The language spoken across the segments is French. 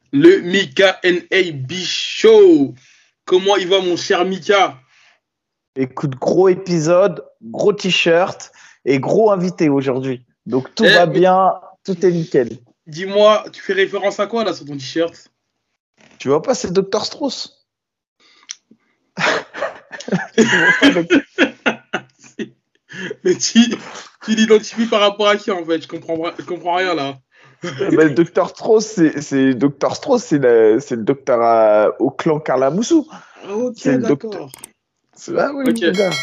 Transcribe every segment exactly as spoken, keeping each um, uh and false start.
Le Mika N A B Show. Comment il va, mon cher Mika? Écoute, gros épisode, gros t-shirt et gros invité aujourd'hui. Donc tout Eh, va mais bien, tout est nickel. dis-moi, tu fais référence à quoi là sur ton t-shirt? Tu vois pas, c'est docteur Strauss. Tu vois pas, Doc- Mais tu, tu l'identifies par rapport à qui en fait? Je comprends, je comprends rien là. Eh ben, le docteur Strauss, c'est, c'est docteur Strauss, c'est le, c'est le docteur euh, au clan Kalamoussou. Ok, C'est le docteur. d'accord. c'est- Ah oui, Ok. mon gars.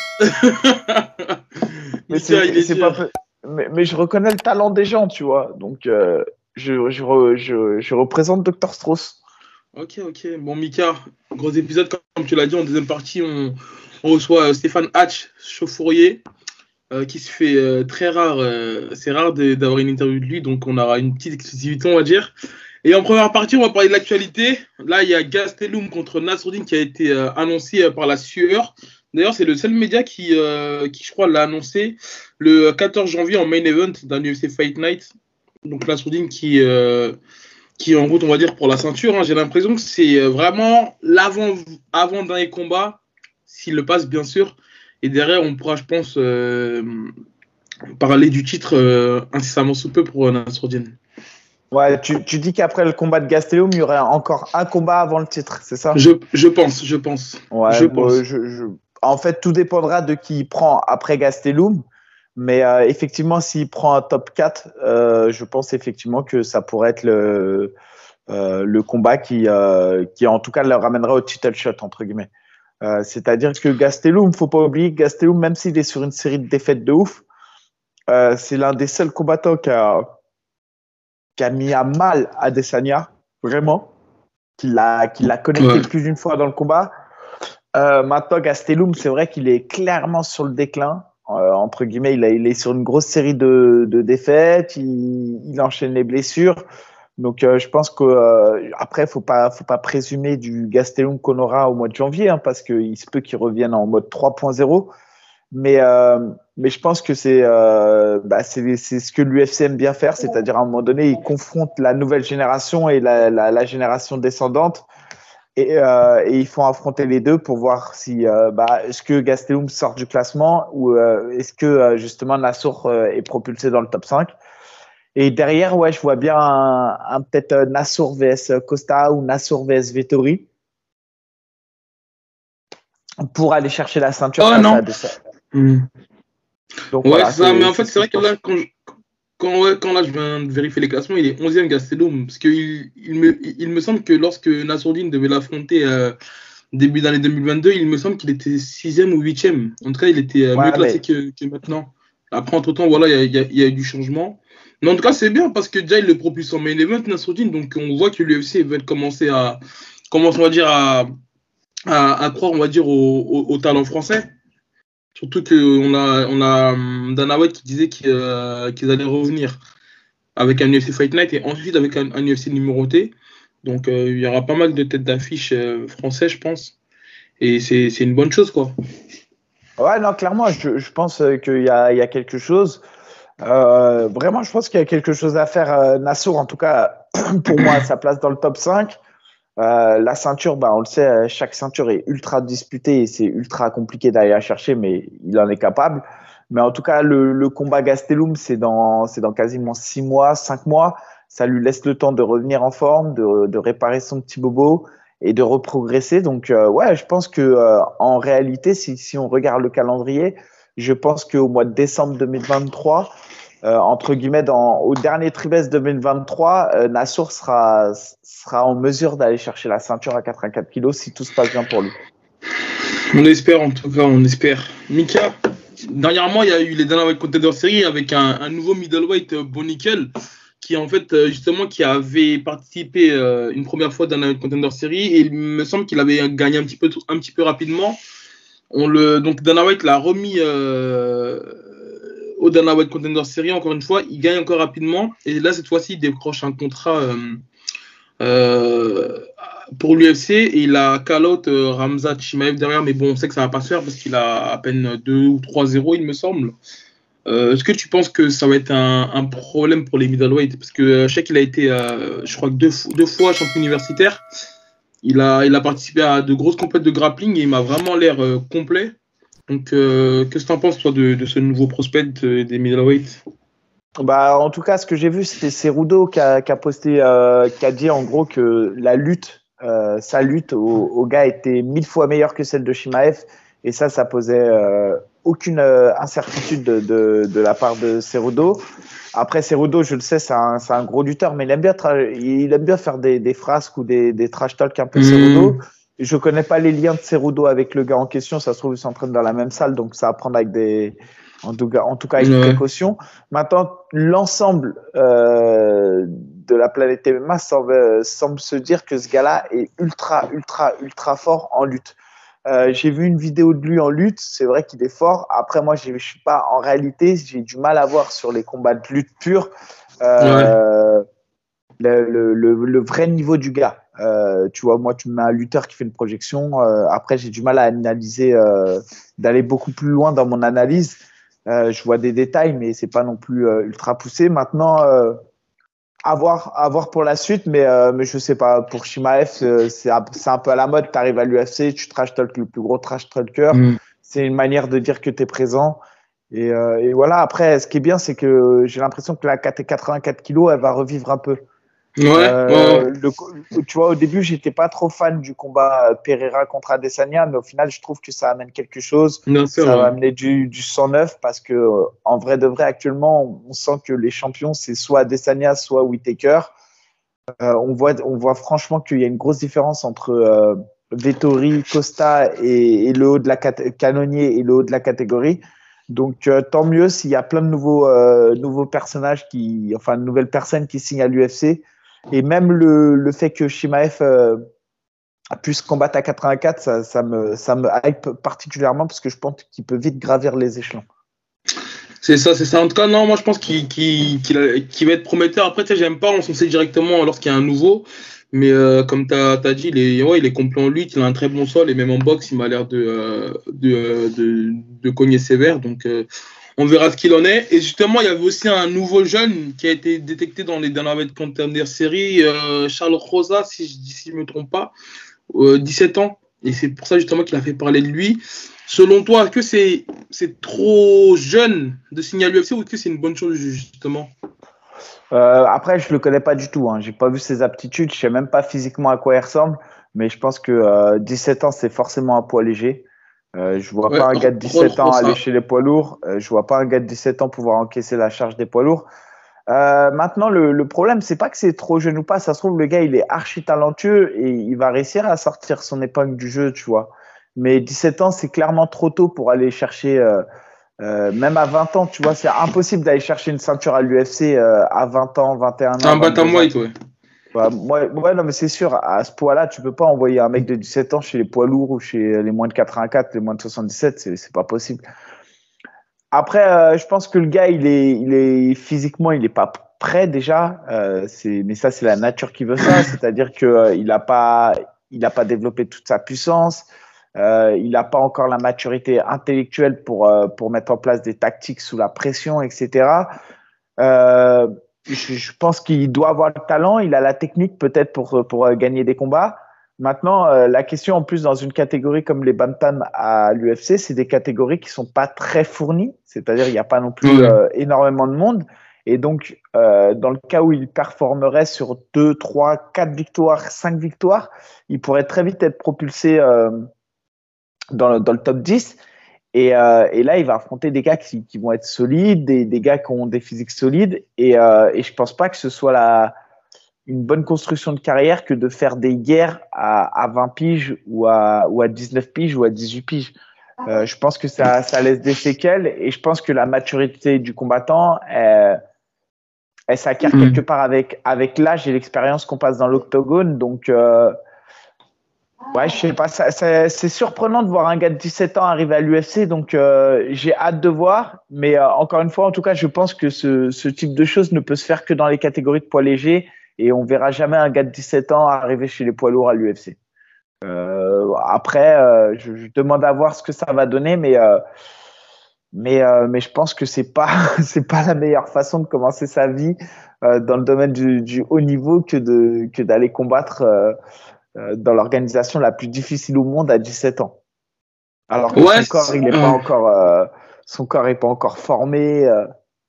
Mais Mika, il c'est, est c'est pas. dur. peu- Mais, mais je reconnais le talent des gens, tu vois. Donc euh, je, je, re- je, je représente docteur Strauss. Ok, ok. Bon, Mika, gros épisode, comme comme tu l'as dit, en deuxième partie, on, on reçoit euh, Stéphane Hatch, chauffourier, euh, qui se fait euh, très rare. Euh, c'est rare de- d'avoir une interview de lui, donc on aura une petite exclusivité, on va dire. Et en première partie, on va parler de l'actualité. Là, il y a Gastelum contre Nassourdine qui a été euh, annoncé euh, par la Sueur. D'ailleurs, c'est le seul média qui, euh, qui je crois, l'a annoncé le quatorze janvier en main event d'un U F C Fight Night. Donc Nassourdine qui, euh, qui est en route, on va dire, pour la ceinture. Hein. J'ai l'impression que c'est euh, vraiment l'avant avant dernier combat, s'il le passe, bien sûr. Et derrière, on pourra, je pense, euh, parler du titre euh, incessamment sous peu pour euh, Nassourdine. Ouais, tu, tu dis qu'après le combat de Gastelum, il y aurait encore un combat avant le titre, c'est ça? Je, je pense, je pense, Ouais, je moi, pense. je, je- en fait, tout dépendra de qui il prend après Gastelum. Mais euh, effectivement, s'il prend un top quatre, euh, je pense effectivement que ça pourrait être le, euh, le combat qui, euh, qui, en tout cas, le ramènerait au title shot, entre guillemets. Euh, c'est-à-dire que Gastelum, faut pas oublier que Gastelum, même s'il est sur une série de défaites de ouf, euh, c'est l'un des seuls combattants qui a, qui a mis à mal Adesanya, vraiment, qui l'a, qui l'a connecté Ouais. plus d'une fois dans le combat. Euh, maintenant, Gastelum, c'est vrai qu'il est clairement sur le déclin. Euh, entre guillemets, il, a, il est sur une grosse série de, de défaites. Il, il enchaîne les blessures. Donc, euh, je pense que euh, après, faut pas, faut pas présumer du Gastelum qu'on aura au mois de janvier, hein, parce qu'il se peut qu'il revienne en mode trois point zéro. Mais, euh, mais je pense que c'est, euh, bah, c'est, c'est ce que l'U F C aime bien faire, c'est-à-dire à un moment donné, il confronte la nouvelle génération et la, la, la génération descendante et, euh, et ils font affronter les deux pour voir si euh, bah, est-ce que Gastelum sort du classement ou euh, est-ce que euh, justement Nassour euh, est propulsé dans le top cinq. Et derrière, ouais, je vois bien un, un peut-être euh, Nassour vs Costa ou Nassour vs Vettori pour aller chercher la ceinture Oh face à non. Adesanya. Hmm. Donc Ouais, voilà, c'est ça. Mais c'est, en c'est fait, ce c'est que vrai je que là, pense. quand, je- quand, ouais, quand là, je viens de vérifier les classements, il est onzième Gastelum. Parce qu'il il me, il me semble que lorsque Nassourdine devait l'affronter euh, début d'année deux mille vingt-deux, il me semble qu'il était sixième ou huitième. En tout cas, il était euh, mieux Ouais, classé mais que, que maintenant. Après, entre-temps, voilà, il y a, il y a- il y a eu du changement. Mais en tout cas, c'est bien parce que déjà, il le propulse en main event, Nassourdine. Donc, on voit que l'U F C veut commencer à, commence, on va dire, à, à, à croire, on va dire, au, au, au talent français. Surtout qu'on a, on a hum, Dana White qui disait qu'ils euh, qu'ils allaient revenir avec un U F C Fight Night et ensuite avec un, un U F C numéroté. Donc euh, il y aura pas mal de têtes d'affiche euh, français, je pense. Et c'est c'est une bonne chose, quoi. ouais, non, clairement, je, je pense euh, qu'il y a, il y a quelque chose. Euh, vraiment, je pense qu'il y a quelque chose à faire. Euh, Nassour, en tout cas, pour moi, sa place dans le top cinq. Euh, la ceinture, bah, on le sait, euh, chaque ceinture est ultra disputée et c'est ultra compliqué d'aller la chercher, mais il en est capable. Mais en tout cas, le, le combat Gastelum, c'est dans, c'est dans quasiment six mois, cinq mois. Ça lui laisse le temps de revenir en forme, de, de réparer son petit bobo et de reprogresser. Donc, euh, ouais, je pense que euh, en réalité, si, si on regarde le calendrier, je pense qu'au mois de décembre deux mille vingt-trois, euh, entre guillemets, dans, au dernier trimestre deux mille vingt-trois, euh, Nassour sera, sera en mesure d'aller chercher la ceinture à quatre-vingt-quatre kilos si tout se passe bien pour lui. On espère, en tout cas, on espère. Mika, dernièrement, il y a eu les Dana White Contender Series avec un, un nouveau middleweight euh, bon nickel qui en fait euh, justement qui avait participé euh, une première fois dans la Contender Series et il me semble qu'il avait gagné un petit peu un petit peu rapidement. On le, donc Dana White l'a remis euh, au Dana White Contender Series encore une fois. Il gagne encore rapidement. Et là, cette fois-ci, il décroche un contrat euh, euh, pour l'U F C. Et il a call-out euh, Ramzat Chimaev derrière. Mais bon, on sait que ça va pas se faire parce qu'il a à peine deux ou trois zéro, il me semble. Euh, est-ce que tu penses que ça va être un, un problème pour les middleweight? Parce que euh, je sais qu'il a été, euh, je crois que deux, deux fois champion universitaire. Il a, il a participé à de grosses compètes de grappling et il m'a vraiment l'air euh, complet. Donc, euh, qu'est-ce que tu en penses, toi, de, de ce nouveau prospect de- des middleweight? Bah, en tout cas, ce que j'ai vu, c'était Cerudo qui a, qui a posté, euh, qui a dit en gros que la lutte, euh, sa lutte au, au gars était mille fois meilleure que celle de Shimaev. Et ça, ça posait euh, aucune euh, incertitude de, de, de la part de Cerudo. Après, Cerudo, je le sais, c'est un, c'est un gros lutteur, mais il aime bien, tra- il aime bien faire des, des frasques ou des, des trash talk un peu Cerudo. Mmh. Je connais pas les liens de Cerudo avec le gars en question. Ça se trouve, ils s'entraînent dans la même salle, donc ça à prendre avec des, en tout cas, en tout cas avec Ouais. précaution. Maintenant, l'ensemble euh, de la planète M M A semble, semble se dire que ce gars-là est ultra, ultra, ultra fort en lutte. Euh, j'ai vu une vidéo de lui en lutte, c'est vrai qu'il est fort. Après, moi, je suis pas en réalité, j'ai du mal à voir sur les combats de lutte pure Ouais. euh, le, le, le, le vrai niveau du gars. Euh, tu vois, moi, tu me mets un lutteur qui fait une projection. Euh, après, j'ai du mal à analyser, euh, d'aller beaucoup plus loin dans mon analyse. Euh, je vois des détails, mais c'est pas non plus euh, ultra poussé. Maintenant, euh, à voir, à voir pour la suite, mais, euh, mais je sais pas. Pour Shimaev, euh, c'est un, c'est un peu à la mode. Tu arrives à l'U F C, tu trash talk le plus gros trash talker. Mmh. C'est une manière de dire que tu es présent. Et, euh, et voilà. Après, ce qui est bien, c'est que j'ai l'impression que la K T quatre-vingt-quatre kilos, elle va revivre un peu. Ouais, ouais, ouais. Euh, le, tu vois, au début, j'étais pas trop fan du combat Pereira contre Adesanya, mais au final, je trouve que ça amène quelque chose. Bien sûr, Ça va ouais. amener du, du sang neuf parce que, euh, en vrai de vrai, actuellement, on sent que les champions, c'est soit Adesanya, soit Whittaker. Euh, on voit, on voit franchement qu'il y a une grosse différence entre euh, Vettori, Costa et, et le haut de la cat- canonnier et le haut de la catégorie. Donc, euh, tant mieux s'il y a plein de nouveaux, euh, nouveaux personnages qui, enfin, de nouvelles personnes qui signent à l'U F C. Et même le, le fait que Shimaev euh, puisse combattre à quatre-vingt-quatre, ça, ça, me, ça me hype particulièrement parce que je pense qu'il peut vite gravir les échelons. C'est ça, c'est ça. En tout cas, non, moi je pense qu'il qu'il, qu'il a- qu'il va être prometteur. Après, tu sais, j'aime pas l'enfoncer directement lorsqu'il y a un nouveau. Mais euh, comme tu as dit, il est, ouais, il est complet en lutte, il a un très bon sol et même en boxe, il m'a l'air de, euh, de, euh, de, de cogner sévère. Donc, euh, on verra ce qu'il en est. Et justement, il y avait aussi un nouveau jeune qui a été détecté dans les dernières Contender Series, euh, Charles Rosa, si je si je me trompe pas, euh, dix-sept ans. Et c'est pour ça justement qu'il a fait parler de lui. Selon toi, est-ce que c'est c'est trop jeune de signer à l'U F C ou est-ce que c'est une bonne chose justement? Euh, après, je le connais pas du tout. Hein. J'ai pas vu ses aptitudes. Je sais même pas physiquement à quoi il ressemble. Mais je pense que euh, dix-sept ans, c'est forcément un poids léger. Euh, je vois Ouais, pas un gars de dix-sept ans aller Rosa. chez les poids lourds. Euh, je vois pas un gars de dix-sept ans pouvoir encaisser la charge des poids lourds. Euh, maintenant, le, le problème, c'est pas que c'est trop jeune ou pas. Ça se trouve, le gars, il est archi talentueux et il va réussir à sortir son épingle du jeu, tu vois. Mais dix-sept ans, c'est clairement trop tôt pour aller chercher, euh, euh, même à vingt ans, tu vois. C'est impossible d'aller chercher une ceinture à l'U F C euh, à vingt ans, vingt et un ans, Un vingt-deux ans. bantamweight, ouais. Bah, moi, ouais, non, mais c'est sûr, à ce poids-là, tu peux pas envoyer un mec de dix-sept ans chez les poids lourds ou chez les moins de quatre-vingt-quatre, les moins de soixante-dix-sept, c'est, c'est pas possible. Après, euh, je pense que le gars, il est, il est physiquement, il est pas prêt déjà. Euh, c'est, mais ça, c'est la nature qui veut ça. C'est-à-dire que euh, il a pas, il a pas développé toute sa puissance. Euh, il n'a pas encore la maturité intellectuelle pour euh, pour mettre en place des tactiques sous la pression, et cetera. Euh, je, je pense qu'il doit avoir le talent. Il a la technique peut-être pour pour euh, gagner des combats. Maintenant, euh, la question en plus dans une catégorie comme les bantam à l'U F C, c'est des catégories qui sont pas très fournies, c'est-à-dire il n'y a pas non plus Ouais. euh, énormément de monde. Et donc, euh, dans le cas où il performerait sur deux, trois, quatre victoires, cinq victoires, il pourrait très vite être propulsé euh, dans, le, dans le top dix. Et, euh, et là, il va affronter des gars qui, qui vont être solides, des, des gars qui ont des physiques solides. Et, euh, et je pense pas que ce soit la, une bonne construction de carrière que de faire des guerres à, à vingt piges ou à, ou à dix-neuf piges ou à dix-huit piges. Euh, je pense que ça, ça laisse des séquelles et je pense que la maturité du combattant, elle, elle s'acquiert quelque Mm. part avec, avec l'âge et l'expérience qu'on passe dans l'octogone. Donc, euh, ouais, je sais pas, ça, ça, c'est surprenant de voir un gars de dix-sept ans arriver à l'U F C, donc euh, j'ai hâte de voir. Mais euh, encore une fois, en tout cas, je pense que ce, ce type de choses ne peut se faire que dans les catégories de poids légers et on verra jamais un gars de dix-sept ans arriver chez les poids lourds à l'U F C. Euh, après, euh, je, je demande à voir ce que ça va donner, mais, euh, Mais, euh, mais je pense que c'est pas, c'est pas la meilleure façon de commencer sa vie euh, dans le domaine du, du haut niveau que de, que d'aller combattre euh, euh, dans l'organisation la plus difficile au monde à dix-sept ans. Alors que Ouais, son corps, il est euh, pas encore, euh, son corps est pas encore formé. Euh,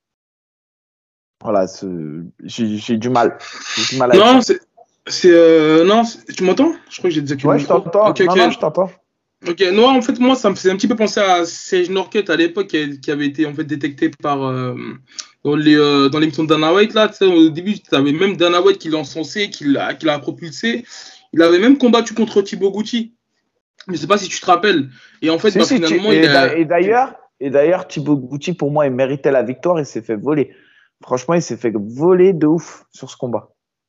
voilà, j'ai, j'ai du mal, j'ai du mal avec non, ça. c'est, c'est, euh, non, c'est- tu m'entends? Je crois que j'ai désactivé Ouais, le je micro. t'entends. Ok, Non, ok. non, je t'entends. Ok, non, en fait, moi, ça me faisait un petit peu penser à Sage Northcutt à l'époque, qui, qui avait été en fait détecté par euh, dans les euh, dans l'émission de Dana White là. Tu sais, au début, tu avais même Dana White qui l'a encensé, qui l'a qui l'a propulsé. Il avait même combattu contre Thibaut Gucci. Je sais pas si tu te rappelles. Et en fait, Si, bah si, tu- finalement, il et d'a- a. et d'ailleurs, et d'ailleurs, Thibaut Gouti, pour moi, il méritait la victoire. Il s'est fait voler. Franchement, il s'est fait voler de ouf sur ce combat.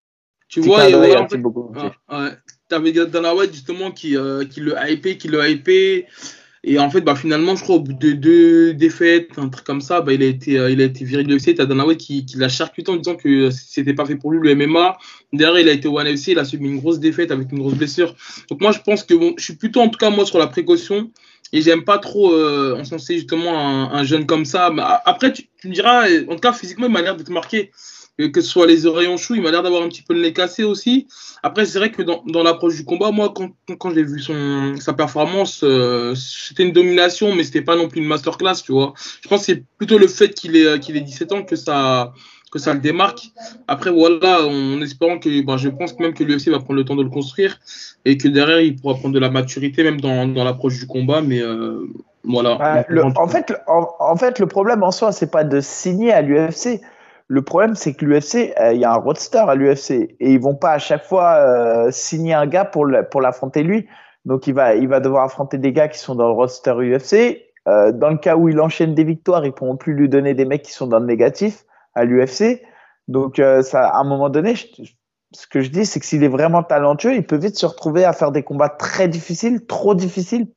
Tu Petit vois, clin et d'œil voilà, à en fait, Thibaut Gouti. ouais, ouais. T'avais Dana White justement qui, euh, qui le hypait, qui le hypait. Et en fait, bah, finalement, je crois, au bout de deux défaites, un truc comme ça, bah, il a été, euh, il a été viré de l'U F C. T'as Dana White qui, qui l'a charcuté en disant que c'était pas fait pour lui le M M A. Derrière, il a été au One F C, il a subi une grosse défaite avec une grosse blessure. Donc moi, je pense que bon, je suis plutôt, en tout cas, moi, sur la précaution. Et j'aime pas trop euh, encenser justement un, un jeune comme ça. Mais après, tu, tu me diras, en tout cas, physiquement, il m'a l'air d'être marqué. Que, que ce soit les oreilles en chou, il m'a l'air d'avoir un petit peu le nez cassé aussi. Après, c'est vrai que dans, dans l'approche du combat, moi, quand, quand j'ai vu son, sa performance, euh, c'était une domination, mais c'était pas non plus une masterclass, tu vois. Je pense que c'est plutôt le fait qu'il ait, qu'il ait dix-sept ans que ça, que ça le démarque. Après, voilà, en espérant que, bah, je pense même que l'U F C va prendre le temps de le construire et que derrière, il pourra prendre de la maturité, même dans, dans l'approche du combat, mais euh, voilà. Bah, Donc, le, en tout en cas. fait, le- en, en fait, le problème en soi, c'est pas de signer à l'U F C. Le problème, c'est que l'U F C, euh, il y a un roadster à l'U F C et ils vont pas à chaque fois euh, signer un gars pour le- pour l'affronter lui. Donc il va il va devoir affronter des gars qui sont dans le roster U F C. Euh, dans le cas où il enchaîne des victoires, ils pourront plus lui donner des mecs qui sont dans le négatif à l'U F C. Donc euh, ça, à un moment donné, je- ce que je dis, c'est que s'il est vraiment talentueux, il peut vite se retrouver à faire des combats très difficiles, trop difficiles.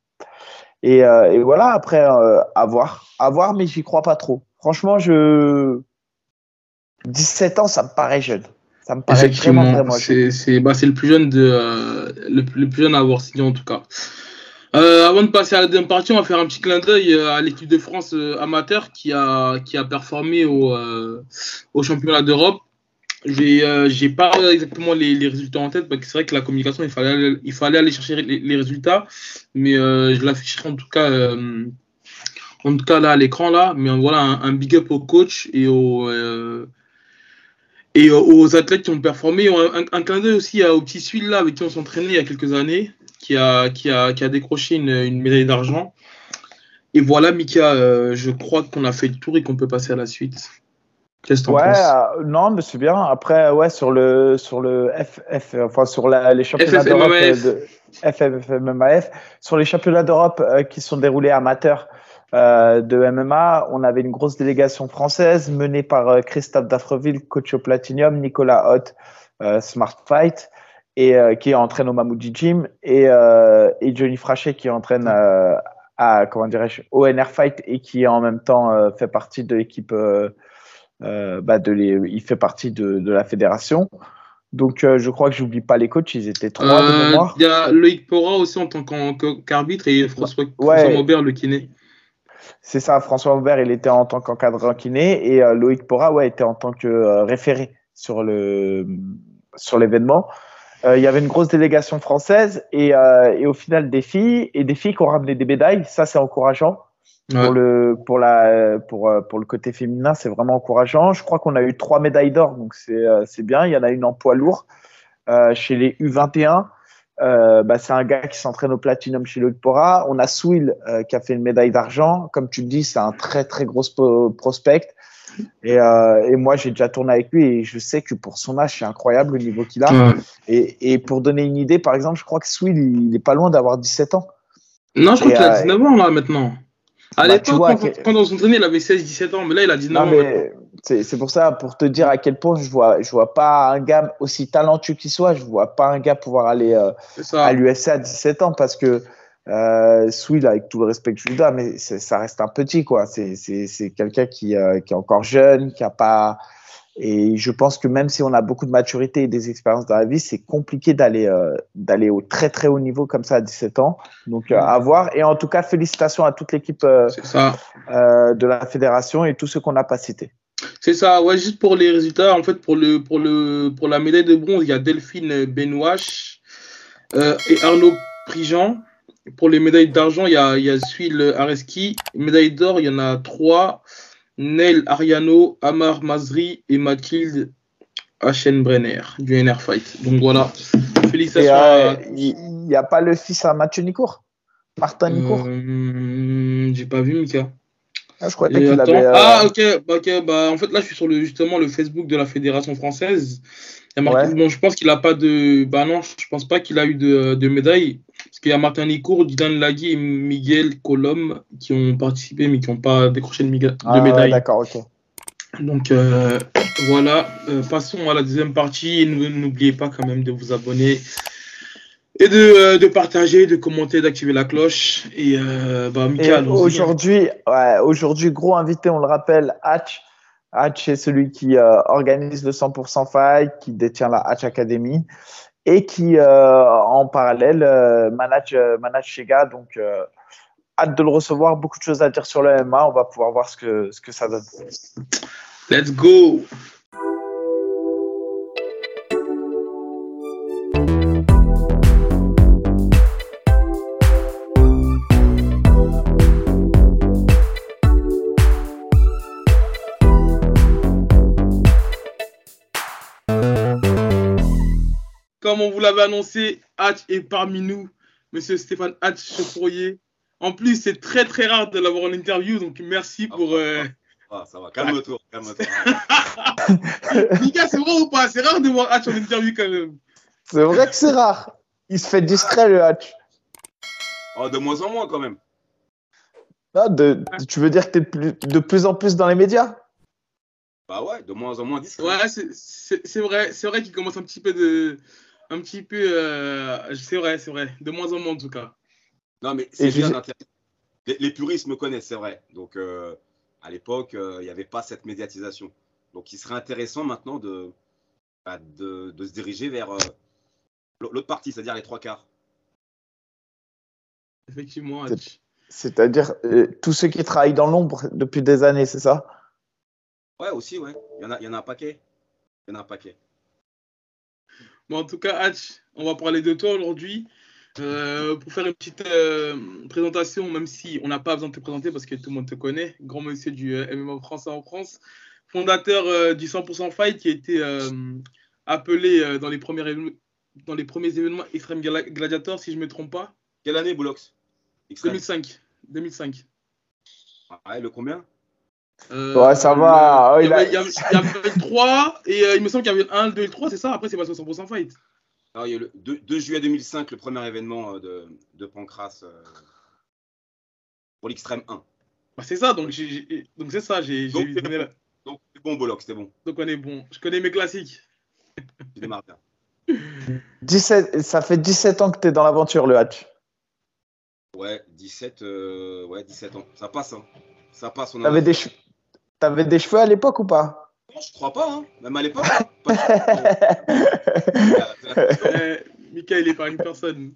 Et, euh, et voilà, après, euh, à voir. À voir, mais j'y crois pas trop. Franchement, je... dix-sept ans, ça me paraît jeune. Ça me paraît vraiment, Effectivement, vraiment jeune. c'est c'est bah, c'est le plus jeune de euh, le, le plus jeune à avoir signé en tout cas. Euh, avant de passer à la deuxième partie, on va faire un petit clin d'œil euh, à l'équipe de France euh, amateur qui a qui a performé au euh, au championnat d'Europe. J'ai euh, j'ai pas exactement les, les résultats en tête parce que c'est vrai que la communication il fallait aller, il fallait aller chercher les, les résultats, mais euh, je l'afficherai en tout cas euh, en tout cas là à l'écran là. Mais voilà un, un big up au coach et au euh, et aux athlètes qui ont performé. Un, un, un clin d'œil aussi au petit Suil là, avec qui on s'entraînait il y a quelques années, qui a, qui a, qui a décroché une, une médaille d'argent. Et voilà, Mika, euh, je crois qu'on a fait le tour et qu'on peut passer à la suite. Qu'est-ce que t'en Ouais, penses? euh, non, mais c'est bien. Après, ouais, sur le, sur le F F, enfin, sur la, les championnats d'Europe euh, F F M M A F. de F F M M A F, sur les championnats d'Europe euh, qui sont déroulés amateurs euh, de M M A, on avait une grosse délégation française menée par euh, Christophe Dafreville, coach au Platinum, Nicolas Hott, euh, Smart Fight, et euh, qui entraîne au Mamouji Gym, et, euh, et Johnny Frachet qui entraîne euh, à, comment dirais-je, au N R Fight et qui en même temps euh, fait partie de l'équipe. Euh, euh, bah de les, il fait partie de, de la fédération. Donc, euh, je crois que j'oublie pas les coachs, ils étaient trois de Euh, Il y mémoire. a Loïc Pora aussi en tant qu'en- qu'arbitre et François, François Ouais, Maubert, le kiné. c'est ça. François Aubert, il était en tant qu'encadrant kiné et euh, Loïc Pora, ouais, était en tant que euh, référé sur le sur l'événement. Euh, il y avait une grosse délégation française et, euh, et au final des filles et des filles qui ont ramené des médailles. Ça, c'est encourageant. Pour Ouais. le, pour, la, pour, pour le côté féminin, c'est vraiment encourageant. Je crois qu'on a eu trois médailles d'or, donc c'est euh, c'est bien. Il y en a une en poids lourd. Euh, chez les U vingt et un, euh, bah, c'est un gars qui s'entraîne au Platinum chez Loïc Pora. On a Swill euh, qui a fait une médaille d'argent. Comme tu le dis, c'est un très, très gros prospect. Et, euh, et moi, j'ai déjà tourné avec lui et je sais que pour son âge, c'est incroyable le niveau qu'il a. Ouais. Et, et pour donner une idée, par exemple, je crois que Swill, il n'est pas loin d'avoir dix-sept ans. Non, je crois Et qu'il a euh, dix-neuf ans là maintenant. À bah, tu l'époque, vois, quand, quand on s'entraînait, il avait seize dix-sept ans, mais là, il a dix-neuf non, ans maintenant. mais c'est c'est pour ça, pour te dire à quel point je vois, je vois pas un gars aussi talentueux qu'il soit, je vois pas un gars pouvoir aller euh, C'est à ça. l'U F C à dix-sept ans parce que euh, Swill, avec tout le respect que je lui donne, mais c'est- ça reste un petit, quoi. C'est c'est- c'est quelqu'un qui, euh, qui est encore jeune, qui a pas, Et je pense que même si on a beaucoup de maturité et des expériences dans la vie, c'est compliqué d'aller euh, d'aller au très très haut niveau comme ça à dix-sept ans. Donc, euh, à voir. Et en tout cas, félicitations à toute l'équipe euh, C'est ça. euh, de la fédération et tous ceux qu'on n'a pas cités. C'est ça, ouais, juste pour les résultats, en fait, pour, le, pour, le, pour la médaille de bronze, il y a Delphine Benouache euh, et Arnaud Prigent. Pour les médailles d'argent, il y a, il y a Suil Areski. Médaille d'or, il y en a trois. Neil Ariano, Amar Mazri et Mathilde Aschenbrenner du N R Fight. Donc voilà, Et félicitations euh, à il tous. n'y a pas le fils à Mathieu Nicourt, Martin Nicourt. Euh, j'ai pas vu, Mika. Ah, je croyais Et qu'il avait. attends. euh, Ah, ok, bah, ok, bah, en fait, là, je suis sur le, justement le Facebook de la Fédération française. Il y a marqué- Ouais. bon, je pense qu'il a pas de. Bah non, je pense pas qu'il a eu de, de médaille. Parce qu'il y a Martin Nicourt, Dylan Lagui et Miguel Colom qui ont participé, mais qui n'ont pas décroché de, miga- de Ah ouais, médaille. d'accord, ok. Donc euh, voilà, euh, passons à la deuxième partie. Et n'oubliez pas quand même de vous abonner et de, euh, de partager, de commenter, d'activer la cloche. Et euh, bah, Mika, Et allons-y, hein. aujourd'hui, ouais, aujourd'hui, gros invité, on le rappelle, Hatch. Hatch est celui qui euh, organise le cent pour cent Fight, qui détient la Hatch Academy et qui, euh, en parallèle, euh, manage, euh, manage Shega. Donc, euh, hâte de le recevoir. Beaucoup de choses à dire sur le M M A. On va pouvoir voir ce que, ce que ça donne. Let's go! Comme on vous l'avait annoncé, Hatch est parmi nous, monsieur Stéphane Hatch Chauffourier. En plus, c'est très très rare de l'avoir en interview, donc merci Ah, pour. ah, Euh... ah, ça va, calme-toi, calme-toi. Mika, c'est vrai ou pas? C'est rare de voir Hatch en interview quand même. C'est vrai que c'est rare. Il se fait discret, le Hatch. Oh, de moins en moins quand même. Ah, de, tu veux dire que tu es plus, de plus en plus dans les médias? Bah ouais, de moins en moins discret. Ouais, c'est- c'est c'est vrai, c'est vrai qu'il commence un petit peu de. Un petit peu. euh, C'est vrai, c'est vrai. De moins en moins en tout cas. Non, mais Et c'est je- bien d'intérêt. Les, les puristes me connaissent, c'est vrai. Donc, euh, à l'époque, euh, il n'y avait pas cette médiatisation. Donc, il serait intéressant maintenant de, bah, de, de se diriger vers euh, l'autre partie, c'est-à-dire les trois quarts. Effectivement, c'est- Hatch. C'est-à-dire euh, tous ceux qui travaillent dans l'ombre depuis des années, c'est ça? Ouais, aussi, ouais. Il y en a, il y en a un paquet. Il y en a un paquet. Bon, en tout cas, Hatch, on va parler de toi aujourd'hui. Euh, pour faire une petite euh, présentation, même si on n'a pas besoin de te présenter parce que tout le monde te connaît, grand monsieur du euh, M M A français en France, fondateur euh, du cent pour cent Fight qui a été euh, appelé euh, dans, les premiers éve- dans les premiers événements Extreme Gla- Gladiator, si je ne me trompe pas, Quelle année, Boulox? Extrême. deux mille cinq. deux mille cinq. Ouais, le combien? Ouais, ça Euh, le- va. Oh, Il y il a... avait, il y avait- il y avait le trois et euh, il me semble qu'il y avait le un, le deux et le trois, c'est ça? Après, c'est passé au cent pour cent Fight. Alors, il y a eu le deux, deux juillet deux mille cinq, le premier événement euh, de, de Pancras euh, pour l'Extrême un. Bah, c'est ça, donc j'ai- j'ai- donc c'est ça, j'ai Donc, j'ai c'est donné bon, la- donc, c'est bon, Bolox, c'est bon. donc on est bon. Je connais mes classiques. Tu démarres bien. dix-sept, ça fait dix-sept ans que tu es dans l'aventure, le Hatch. Ouais, dix-sept, euh, ouais, dix-sept ans. Ça passe, hein. Ça passe, on en a T'avais des, fait. che- t'avais des cheveux à l'époque ou pas? Non, je crois pas, hein. Même à l'époque, hein. Pas de cheveux. Euh, c'est la question. Euh, Mika, il est pas une personne.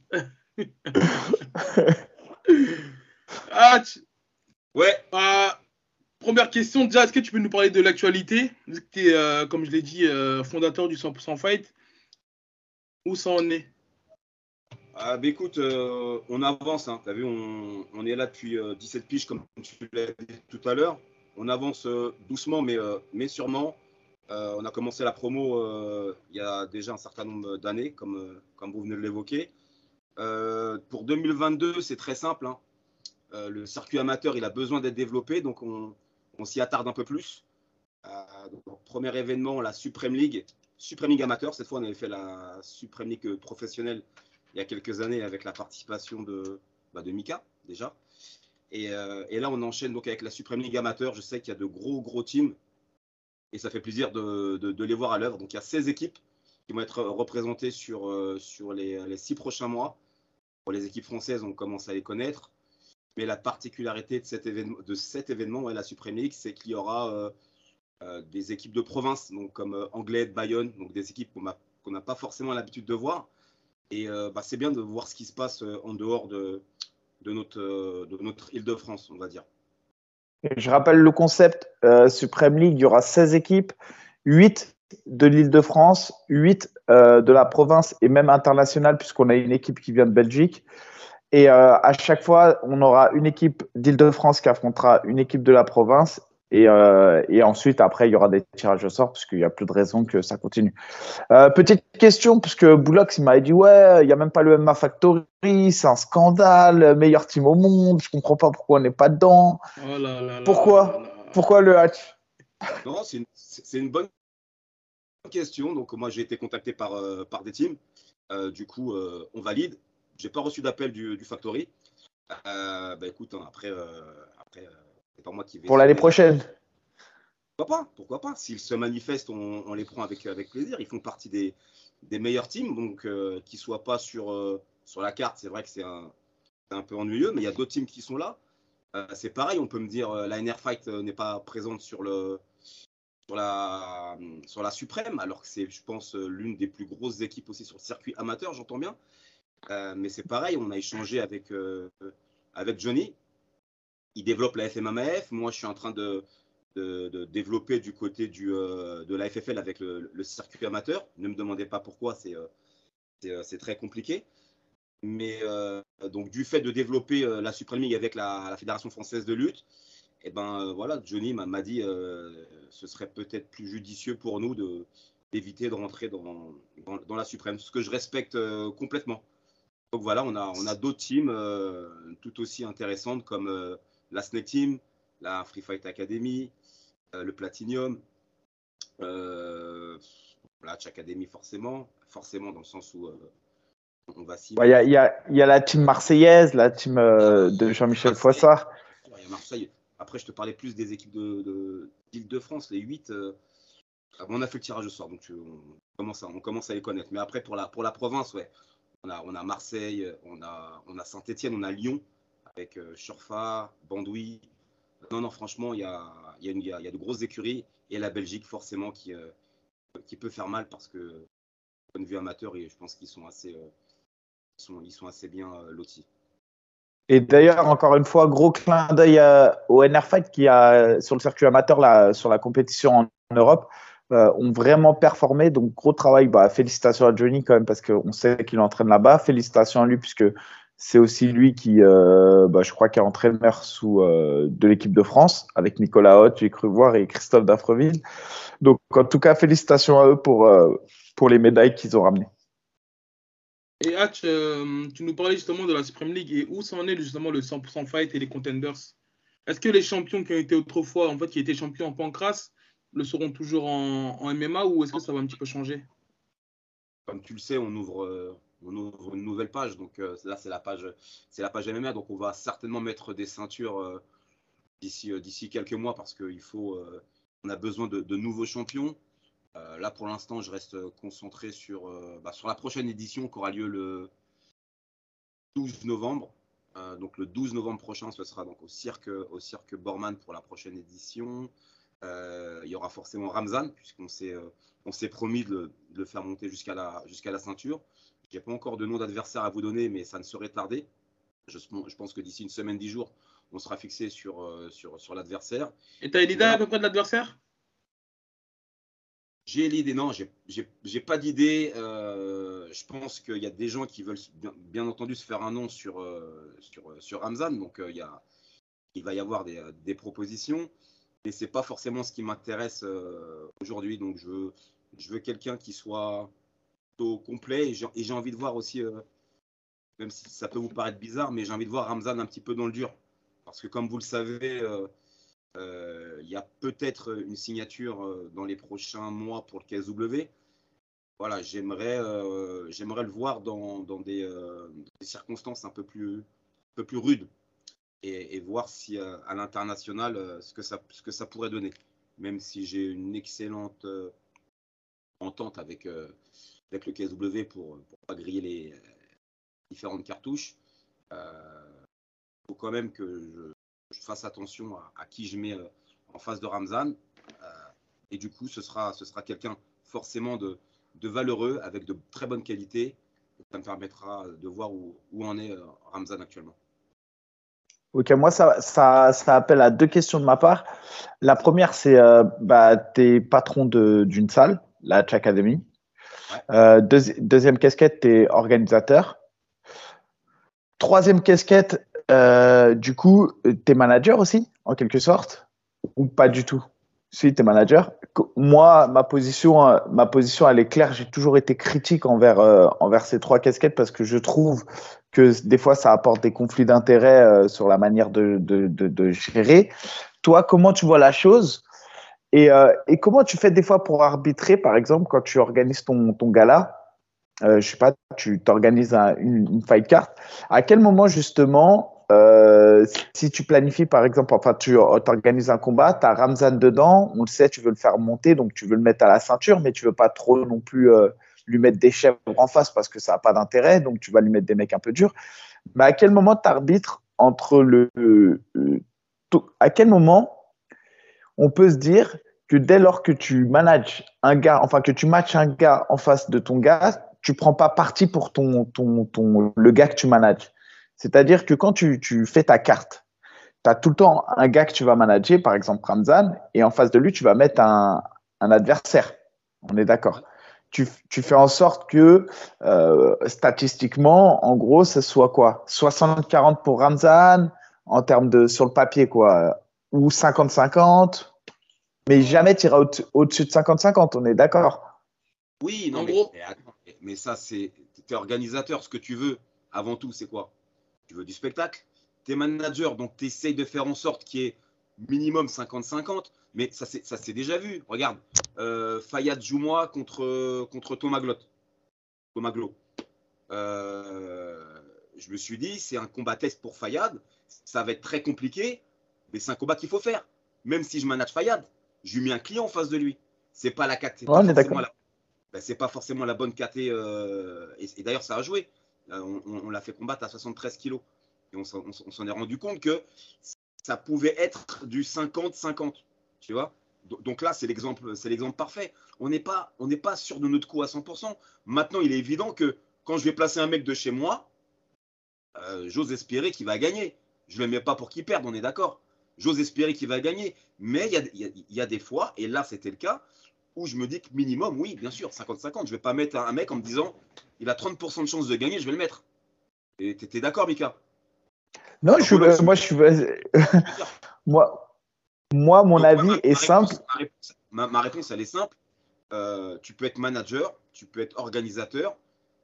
Ah, tu- Ouais, ah, première question, déjà, est-ce que tu peux nous parler de l'actualité? Vu que tu es, comme je l'ai dit, euh, fondateur du cent pour cent Fight. Où ça en est? ah, bah, écoute, euh, on avance, hein. T'as vu, on, on est là depuis euh, dix-sept piges, comme tu l'as dit tout à l'heure. On avance euh, doucement, mais, euh, mais sûrement. Euh, on a commencé la promo euh, il y a déjà un certain nombre d'années, comme, euh, comme vous venez de l'évoquer. Euh, pour deux mille vingt-deux, c'est très simple, hein. Euh, le circuit amateur, il a besoin d'être développé, donc on, on s'y attarde un peu plus. Euh, donc, premier événement, la Supreme League, Supreme League amateur. Cette fois, on avait fait la Supreme League professionnelle il y a quelques années avec la participation de, bah, de Mika déjà. Et, euh, et là, on enchaîne donc avec la Supreme League amateur. Je sais qu'il y a de gros, gros teams et ça fait plaisir de, de, de les voir à l'œuvre. Donc, il y a seize équipes qui vont être représentées sur, euh, sur les, les six prochains mois. Pour les équipes françaises, on commence à les connaître. Mais la particularité de cet événement, de cet événement ouais, la Supreme League, c'est qu'il y aura euh, euh, des équipes de province, donc comme euh, Anglet, Bayonne, donc des équipes qu'on a- qu'on n'a pas forcément l'habitude de voir. Et euh, bah, c'est bien de voir ce qui se passe euh, en dehors de, de notre, euh, de notre Île-de-France, on va dire. Et je rappelle le concept euh, Supreme League, il y aura seize équipes, huit de l'Île-de-France, huit euh, de la province et même internationale, puisqu'on a une équipe qui vient de Belgique. Et euh, à chaque fois, on aura une équipe d'Île-de-France qui affrontera une équipe de la province. Et, euh, et ensuite, après, il y aura des tirages au sort, parce qu'il n'y a plus de raison que ça continue. Euh, petite question, puisque Boulox, il m'avait dit, ouais, il n'y a même pas le M M A Factory, c'est un scandale, meilleur team au monde, je comprends pas pourquoi on n'est pas dedans. Oh là là là là Pourquoi? là. Pourquoi le hatch? Non, c'est une, c'est une bonne question. Donc, moi, j'ai été contacté par, euh, par des teams. Euh, du coup, euh, on valide. J'ai pas reçu d'appel du, du Factory. Euh, bah écoute, hein, après, euh, après euh, c'est pas moi qui vais Pour l'année sonner. prochaine? Pourquoi pas? Pourquoi pas? S'ils se manifestent, on, on les prend avec, avec plaisir. Ils font partie des, des meilleurs teams, donc euh, qu'ils ne soient pas sur, euh, sur la carte, c'est vrai que c'est un, c'est un peu ennuyeux, mais il y a d'autres teams qui sont là. Euh, c'est pareil, on peut me dire euh, la N R Fight euh, n'est pas présente sur, le, sur, la, sur la Suprême, alors que c'est, je pense, euh, l'une des plus grosses équipes aussi sur le circuit amateur, j'entends bien. Euh, mais c'est pareil, on a échangé avec, euh, avec Johnny. Il développe la F M M A F. Moi, je suis en train de, de, de développer du côté du, euh, de la F F L avec le, le circuit amateur. Ne me demandez pas pourquoi, c'est euh, c'est, euh, c'est très compliqué. Mais euh, donc, du fait de développer euh, la Supreme League avec la, la Fédération française de lutte, et ben euh, voilà, Johnny m'a dit euh, ce serait peut-être plus judicieux pour nous de, d'éviter de rentrer dans, dans, dans la Suprême, ce que je respecte euh, complètement. Donc voilà, on a, on a d'autres teams euh, tout aussi intéressantes comme euh, la Snake Team, la Free Fight Academy, euh, le Platinum, euh, la Hatch Academy forcément, forcément dans le sens où euh, on va s'y Il y, a, mettre. y, a, y a la team marseillaise, la team euh, de Jean-Michel Marseille, Foissard. il y a Marseille. Après, je te parlais plus des équipes de, de, d'Île-de-France, les huit. Euh, on a fait le tirage au sort, donc tu, on, commence à, on commence à les connaître. Mais après, pour la, pour la province, ouais, on a, on a Marseille, on a, on a Saint-Etienne, on a Lyon, avec euh, Surfa, Bandouille. Non, non, franchement, il y a, y, a une, y, a, y a de grosses écuries. Et la Belgique, forcément, qui, euh, qui peut faire mal parce que, point de vue amateur, et je pense qu'ils sont assez, euh, ils sont, ils sont assez bien euh, lotis. Et d'ailleurs, encore une fois, gros clin d'œil euh, au N R Fight qui a, sur le circuit amateur, là, sur la compétition en, en Europe, euh, ont vraiment performé. Donc, gros travail. Bah, félicitations à Johnny quand même, parce qu'on sait qu'il entraîne là-bas. Félicitations à lui, puisque c'est aussi lui qui, euh, bah, je crois, qui est entraîneur sous, euh, de l'équipe de France, avec Nicolas Haute, j'ai cru voir, et Christophe Dafreville. Donc, en tout cas, félicitations à eux pour, euh, pour les médailles qu'ils ont ramenées. Et Hatch, euh, tu nous parlais justement de la Supreme League et où ça en est justement le cent pour cent Fight et les Contenders? Est-ce que les champions qui ont été autrefois, en fait, qui étaient champions en pancrace, le seront toujours en, en M M A ou est-ce que ça va un petit peu changer? Comme tu le sais, on ouvre, euh, on ouvre une nouvelle page. Donc euh, là, c'est la page, c'est la page M M A. Donc on va certainement mettre des ceintures euh, d'ici, euh, d'ici quelques mois parce qu'il faut, euh, on a besoin de, de nouveaux champions. Euh, là, pour l'instant, je reste concentré sur, euh, bah, sur la prochaine édition qui aura lieu le douze novembre. Euh, donc le douze novembre prochain, ce sera donc au cirque, au cirque Borman pour la prochaine édition. Euh, il y aura forcément Ramzan, puisqu'on s'est, euh, on s'est promis de le, de le faire monter jusqu'à la, jusqu'à la ceinture. Je n'ai pas encore de nom d'adversaire à vous donner, mais ça ne saurait tarder. Je, je pense que d'ici une semaine, dix jours, on sera fixé sur, euh, sur, sur l'adversaire. Et t'as une idée à Voilà. peu près de l'adversaire? J'ai l'idée, non, j'ai, j'ai, j'ai pas d'idée. Euh, je pense qu'il y a des gens qui veulent bien, bien entendu se faire un nom sur, euh, sur, sur Ramzan, donc euh, il, y a, il va y avoir des, des propositions, mais c'est pas forcément ce qui m'intéresse euh, aujourd'hui. Donc je veux, je veux quelqu'un qui soit plutôt complet et j'ai, et j'ai envie de voir aussi, euh, même si ça peut vous paraître bizarre, mais j'ai envie de voir Ramzan un petit peu dans le dur, parce que comme vous le savez. Euh, Euh, il y a peut-être une signature euh, dans les prochains mois pour le K S W. Voilà, j'aimerais, euh, j'aimerais le voir dans, dans des, euh, des circonstances un peu plus, un peu plus rudes et, et voir si euh, à l'international euh, ce que ça, ce que ça pourrait donner. Même si j'ai une excellente euh, entente avec, euh, avec le K S W pour ne pas griller les euh, différentes cartouches, il euh, faut quand même que je, je fasse attention à, à qui je mets euh, en face de Ramzan. Euh, Et du coup, ce sera, ce sera quelqu'un forcément de, de valeureux, avec de très bonnes qualités. Ça me permettra de voir où, où en est euh, Ramzan actuellement. Ok, moi, ça, ça, ça appelle à deux questions de ma part. La première, c'est euh, bah, tu es patron de- d'une salle, la Hatch Academy. Ouais. Euh, deuxi- deuxième casquette, tu es organisateur. Troisième casquette, euh, du coup, tu es manager aussi, en quelque sorte, ou pas du tout? Si, tu es manager. Co- Moi, ma position, euh, ma position, elle est claire. J'ai toujours été critique envers, euh, envers ces trois casquettes parce que je trouve que des fois, ça apporte des conflits d'intérêts euh, sur la manière de, de, de, de gérer. Toi, comment tu vois la chose? Et, euh, et comment tu fais des fois pour arbitrer, par exemple, quand tu organises ton, ton gala? Euh, je sais pas, tu t'organises un- une, une fight card. À quel moment justement, euh, si tu planifies par exemple, enfin tu organises un combat, tu as Ramzan dedans, on le sait, tu veux le faire monter, donc tu veux le mettre à la ceinture, mais tu veux pas trop non plus euh, lui mettre des chèvres en face parce que ça n'a pas d'intérêt, donc tu vas lui mettre des mecs un peu durs. Mais à quel moment tu arbitres entre le, euh, tout- à quel moment on peut se dire que dès lors que tu manages un gars, enfin que tu matches un gars en face de ton gars, tu prends pas parti pour ton, ton, ton, le gars que tu manages. C'est-à-dire que quand tu, tu fais ta carte, tu as tout le temps un gars que tu vas manager, par exemple Ramzan, et en face de lui, tu vas mettre un, un adversaire. On est d'accord. Tu, tu fais en sorte que euh, statistiquement, en gros, ce soit quoi? soixante quarante pour Ramzan, en termes de sur le papier, quoi, ou cinquante cinquante, mais jamais tu iras au- au-dessus de cinquante cinquante, on est d'accord. Oui, non, En mais, gros, mais, attends, mais- mais ça, c'est. Tu es organisateur. Ce que tu veux, avant tout, c'est quoi? Tu veux du spectacle. Tu es manager, donc tu essayes de faire en sorte qu'il y ait minimum cinquante cinquante. Mais ça, c'est ça s'est déjà vu. Regarde, euh, Fayad Joumois contre, contre Thomas Glot. Thomas Glo. Euh, je me suis dit, c'est un combat test pour Fayad. Ça va être très compliqué, mais c'est un combat qu'il faut faire. Même si je manage Fayad, je lui mets un client en face de lui. C'est pas la c'est Ouais, pas on est forcément d'accord. la, ben, c'est pas forcément la bonne caté. Euh, et, et d'ailleurs, ça a joué. Euh, on on, on l'a fait combattre à soixante-treize kilos. Et on s'en on s'en est rendu compte que ça pouvait être du cinquante cinquante. Tu vois? Donc là, c'est l'exemple, c'est l'exemple parfait. On n'est pas, on n'est pas sûr de notre coup à cent pour cent. Maintenant, il est évident que quand je vais placer un mec de chez moi, euh, j'ose espérer qu'il va gagner. Je ne le mets pas pour qu'il perde, on est d'accord. J'ose espérer qu'il va gagner. Mais il y a, y, a, y a des fois, et là c'était le cas, où je me dis que minimum, oui, bien sûr, cinquante cinquante. Je ne vais pas mettre un mec en me disant, il a trente pour cent de chance de gagner, je vais le mettre. Et tu es d'accord, Mika? Non, je Donc suis, voilà euh, aussi. moi, je suis, Je veux dire. moi, moi, mon Donc moi, avis ma, est ma, réponse, simple. ma, réponse, ma, ma réponse, elle est simple. Euh, tu peux être manager, tu peux être organisateur,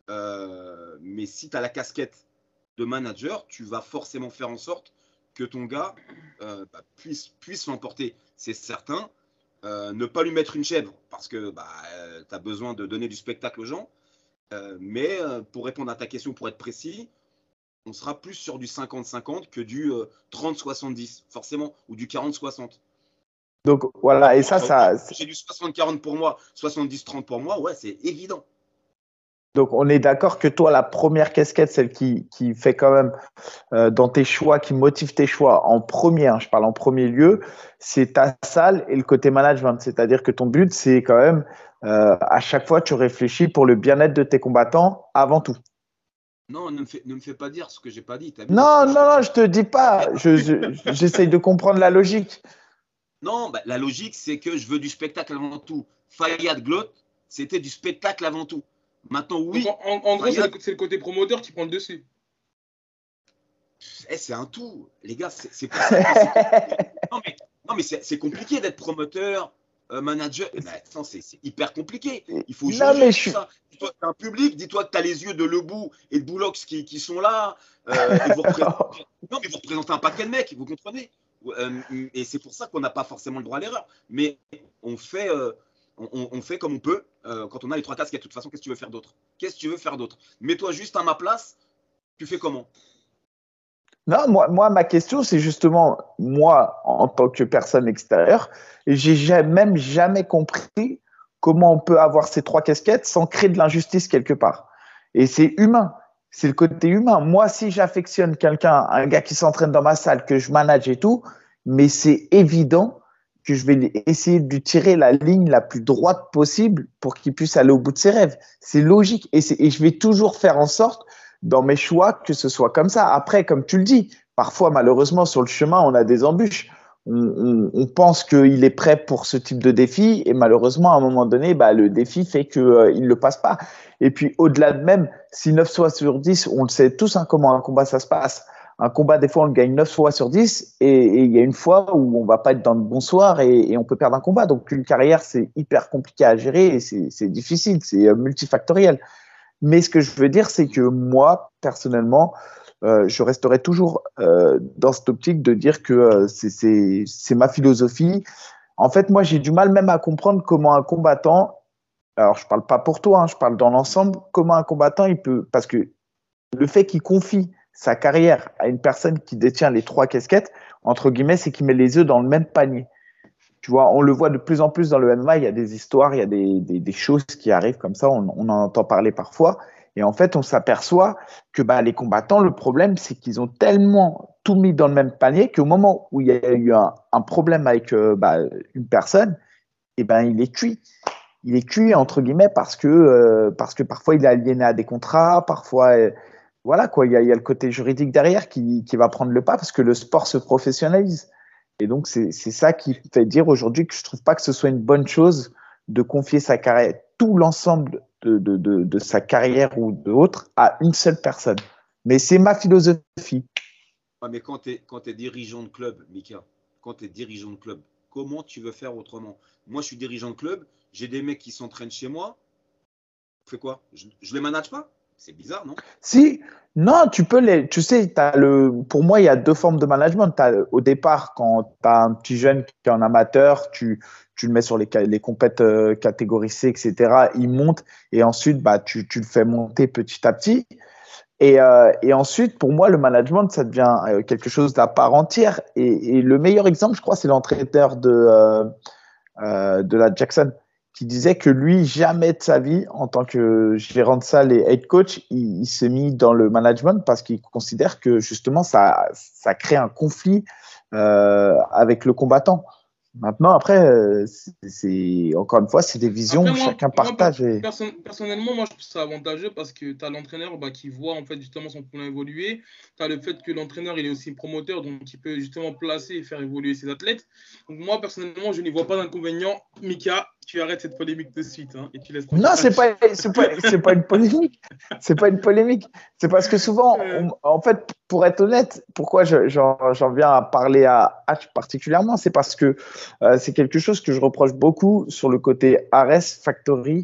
euh, mais si tu as la casquette de manager, tu vas forcément faire en sorte que ton gars euh, bah, puisse, puisse l'emporter. C'est certain. Euh, ne pas lui mettre une chèvre parce que bah, euh, tu as besoin de donner du spectacle aux gens. Euh, mais euh, pour répondre à ta question, pour être précis, on sera plus sur du cinquante cinquante que du euh, trente soixante-dix, forcément, ou du quarante soixante. Donc Par voilà, et ça, contre, oui, ça, j'ai du soixante quarante pour moi, soixante-dix trente pour moi, ouais, c'est évident. donc on est d'accord que toi, la première casquette, celle qui, qui fait quand même euh, dans tes choix, qui motive tes choix en premier, hein, je parle en premier lieu, c'est ta salle et le côté management. C'est-à-dire que ton but, c'est quand même euh, à chaque fois, tu réfléchis pour le bien-être de tes combattants avant tout. Non, ne me fais, ne me fais pas dire ce que j'ai pas dit. T'as vu, là, Non, tu, non, tu, non, tu... je te dis pas. Je, je- j'essaye de comprendre la logique. Non, bah, la logique, c'est que je veux du spectacle avant tout. Fayad Glot, c'était du spectacle avant tout. Maintenant, donc oui, en, en- en gros, c'est Fayad, le, c'est le côté promoteur qui prend le dessus. eh, c'est un tout. Les gars, c'est c'est pour ça que c'est compliqué. Non, mais, non, mais c'est c'est compliqué d'être promoteur, euh, manager. Eh ben, attends, c'est c'est hyper compliqué. Il faut Non, mais jauger je tout suis. ça. Dis-toi que t'as un public, dis-toi que tu as les yeux de Lebou et de Boulox qui, qui sont là. Euh, et vous représentez... Non, mais vous représentez un paquet de mecs, vous comprenez? Euh, et c'est pour ça qu'on n'a pas forcément le droit à l'erreur. Mais on fait, euh, on, on fait comme on peut euh, quand on a les trois casquettes. De toute façon, qu'est-ce que tu veux faire d'autre? Qu'est-ce que tu veux faire d'autre? Mets-toi juste à ma place, tu fais comment? Non, moi, moi, ma question, c'est justement, moi, en tant que personne extérieure, j'ai ja- même jamais compris comment on peut avoir ces trois casquettes sans créer de l'injustice quelque part. Et c'est humain. C'est le côté humain. Moi, si j'affectionne quelqu'un, un gars qui s'entraîne dans ma salle, que je manage et tout, mais c'est évident que je vais essayer de lui tirer la ligne la plus droite possible pour qu'il puisse aller au bout de ses rêves. C'est logique. Et, c'est, et je vais toujours faire en sorte, dans mes choix, que ce soit comme ça. Après, comme tu le dis, parfois, malheureusement, sur le chemin, on a des embûches. On, on, on pense qu'il est prêt pour ce type de défi et malheureusement, à un moment donné, bah, le défi fait qu'il euh, ne le passe pas. Et puis, au-delà de même, si neuf fois sur dix, on le sait tous hein, comment un combat ça se passe. Un combat, des fois, on le gagne neuf fois sur dix et il y a une fois où on va pas être dans le bon soir et, et on peut perdre un combat. Donc, une carrière, c'est hyper compliqué à gérer et c'est, c'est difficile, c'est euh, multifactoriel. Mais ce que je veux dire, c'est que moi, personnellement, euh, je resterai toujours euh, dans cette optique de dire que euh, c'est, c'est, c'est ma philosophie. En fait, moi, j'ai du mal même à comprendre comment un combattant, alors je parle pas pour toi, hein, je parle dans l'ensemble, comment un combattant, il peut, parce que le fait qu'il confie sa carrière à une personne qui détient les trois casquettes, entre guillemets, c'est qu'il met les œufs dans le même panier. Tu vois, on le voit de plus en plus dans le M M A, il y a des histoires, il y a des, des, des choses qui arrivent comme ça, on, on en entend parler parfois. Et en fait, on s'aperçoit que bah, les combattants, le problème, c'est qu'ils ont tellement tout mis dans le même panier qu'au moment où il y a eu un, un problème avec euh, bah, une personne, eh ben, il est cuit. Il est cuit, entre guillemets, parce que, euh, parce que parfois il est aliéné à des contrats, parfois, euh, voilà, quoi, il y a, il y a le côté juridique derrière qui, qui va prendre le pas parce que le sport se professionnalise. Et donc, c'est, c'est ça qui fait dire aujourd'hui que je trouve pas que ce soit une bonne chose de confier sa carrière, tout l'ensemble de, de, de, de sa carrière ou d'autres à une seule personne. Mais c'est ma philosophie. Ouais, mais quand tu es, quand t'es dirigeant de club, Mika, quand tu es dirigeant de club, comment tu veux faire autrement? Moi, je suis dirigeant de club, j'ai des mecs qui s'entraînent chez moi. Je fais quoi? Je, je les manage pas? C'est bizarre, non? Si, non, tu peux les. Tu sais, t'as le, pour moi, il y a deux formes de management. T'as, au départ, quand tu as un petit jeune qui est un amateur, tu, tu le mets sur les, les compètes euh, catégorie C, et cetera. Il monte et ensuite, bah, tu, tu le fais monter petit à petit. Et, euh, et ensuite, pour moi, le management, ça devient euh, quelque chose d'à part entière. Et, et le meilleur exemple, je crois, c'est l'entraîneur de, euh, euh, de la Jackson, qui disait que lui, jamais de sa vie, en tant que gérant de salle et head coach, il, il s'est mis dans le management parce qu'il considère que justement, ça, ça crée un conflit euh, avec le combattant. Maintenant, après, euh, c'est, c'est encore une fois, c'est des visions Après, où moi, chacun moi per- partage. Et... perso- personnellement, moi, je trouve ça avantageux parce que tu as l'entraîneur bah, qui voit en fait justement son poulain évoluer. Tu as le fait que l'entraîneur, il est aussi promoteur, donc il peut justement placer et faire évoluer ses athlètes. Donc moi, personnellement, je n'y vois pas d'inconvénient. Mika, tu arrêtes cette polémique de suite hein, et tu laisses tranquille Non, c'est Hatch. pas, c'est pas, c'est pas une polémique. C'est pas une polémique. C'est parce que souvent, Euh, on- en fait, pour être honnête, pourquoi je- j'en, j'en viens à parler à Hatch particulièrement, c'est parce que euh, c'est quelque chose que je reproche beaucoup sur le côté R S Factory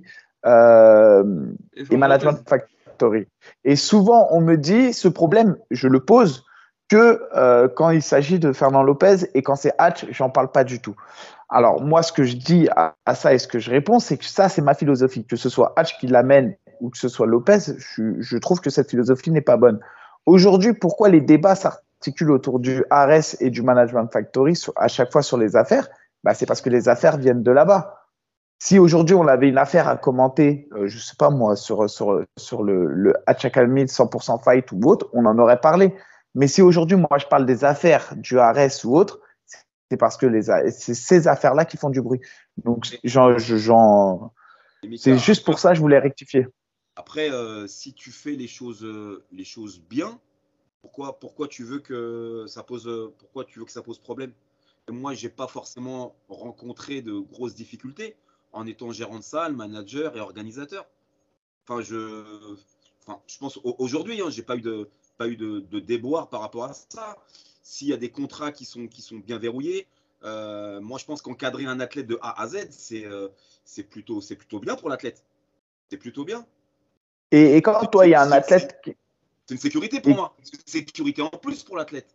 euh, et et Fernand Management Lopez. Factory. Et souvent, on me dit, ce problème, je le pose que euh, quand il s'agit de Fernand Lopez et quand c'est Hatch, j'en parle pas du tout. Alors, moi, ce que je dis à, à ça et ce que je réponds, c'est que ça, c'est ma philosophie. Que ce soit Hatch qui l'amène ou que ce soit Lopez, je, je trouve que cette philosophie n'est pas bonne. Aujourd'hui, pourquoi les débats s'articulent autour du R S et du Management Factory sur, à chaque fois sur les affaires? Bah, c'est parce que les affaires viennent de là-bas. Si aujourd'hui on avait une affaire à commenter, euh, je sais pas moi, sur, sur, sur le, le Hatch Academy cent pour cent Fight ou autre, on en aurait parlé. Mais si aujourd'hui, moi, je parle des affaires du R S ou autre, c'est parce que les, c'est ces affaires-là qui font du bruit. Donc, Mais, j'en, j'en, mais c'est Mika, juste après, pour ça que je voulais rectifier. après euh, si tu fais les choses, euh, les choses bien, pourquoi, pourquoi tu veux que ça pose, euh, pourquoi tu veux que ça pose problème? Et moi, j'ai pas forcément rencontré de grosses difficultés en étant gérant de salle, manager et organisateur. Enfin, je, enfin, je pense au- aujourd'hui, hein, j'ai pas eu de, pas eu de, de déboire par rapport à ça. S'il y a des contrats qui sont, qui sont bien verrouillés, euh, moi, je pense qu'encadrer un athlète de A à Z, c'est, euh, c'est plutôt, c'est plutôt bien pour l'athlète. C'est plutôt bien. Et, et quand C'est toi, il y a un c'est- c'est- athlète qui, c'est une sécurité pour et, moi. C'est une sécurité en plus pour l'athlète.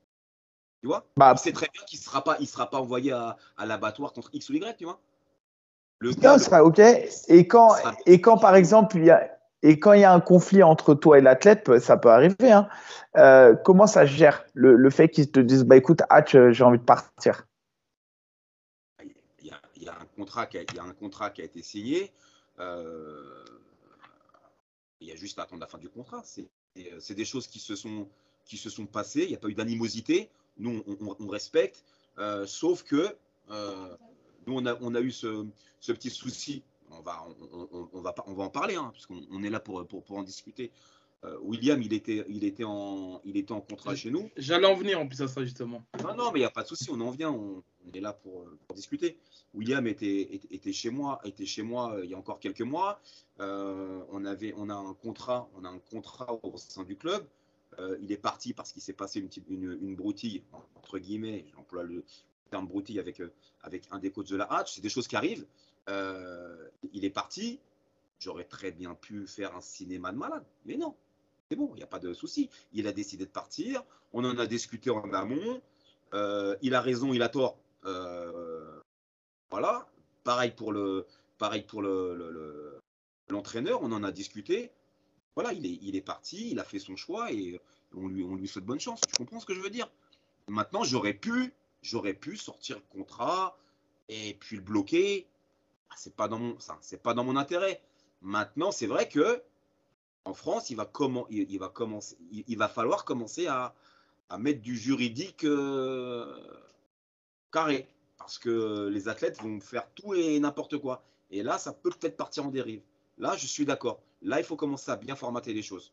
Tu vois? Il bah, sait très bien qu'il ne sera pas, il sera pas envoyé à, à l'abattoir contre X ou Y, tu vois? Le gars, non, le, ça, ok. Et quand, sera bien et quand, par sécurisé. exemple, il y a, et quand il y a un conflit entre toi et l'athlète, ça peut arriver, hein, euh, comment ça se gère le, le fait qu'ils te disent, bah, écoute, Hatch, euh, j'ai envie de partir. Il y a, il y a un contrat qui a, il y a un contrat qui a été signé. Euh, il y a juste à attendre la fin du contrat. C'est, c'est des choses qui se sont, qui se sont passées. Il n'y a pas eu d'animosité. Nous, on, on, on respecte. Euh, sauf que Euh, nous, on a, on a eu ce, ce petit souci. On va, on, on, on va, on va en parler, hein, puisqu'on on est là pour, pour, pour en discuter. Euh, William, il était, il, était en, il était en contrat chez nous. J'allais en venir en plus à ça, justement. Non, non, mais il n'y a pas de souci, on en vient, on, on est là pour, pour discuter. William était, était, était chez moi, était chez moi euh, il y a encore quelques mois. Euh, on, avait, on a un contrat, on a un contrat au sein du club. Euh, il est parti parce qu'il s'est passé une, une, une broutille, entre guillemets, j'emploie le terme broutille avec, avec un des coachs de la Hatch. C'est des choses qui arrivent. Euh, il est parti. J'aurais très bien pu faire un cinéma de malade, mais non. C'est bon, il n'y a pas de souci. Il a décidé de partir. On en a discuté en amont. Euh, il a raison, il a tort. Euh, voilà. Pareil pour le, pareil pour le, le, le, l'entraîneur. On en a discuté. Voilà, il est, il est parti. Il a fait son choix et on lui, on lui souhaite bonne chance. Tu comprends ce que je veux dire? Maintenant, j'aurais pu, j'aurais pu sortir le contrat et puis le bloquer. C'est pas dans mon, ça, c'est pas dans mon intérêt. Maintenant, c'est vrai que en France, il va, comment, il, il va, commencer, il, il va falloir commencer à, à mettre du juridique euh, carré. Parce que les athlètes vont faire tout et n'importe quoi. Et là, ça peut peut-être partir en dérive. Là, je suis d'accord. Là, il faut commencer à bien formater les choses.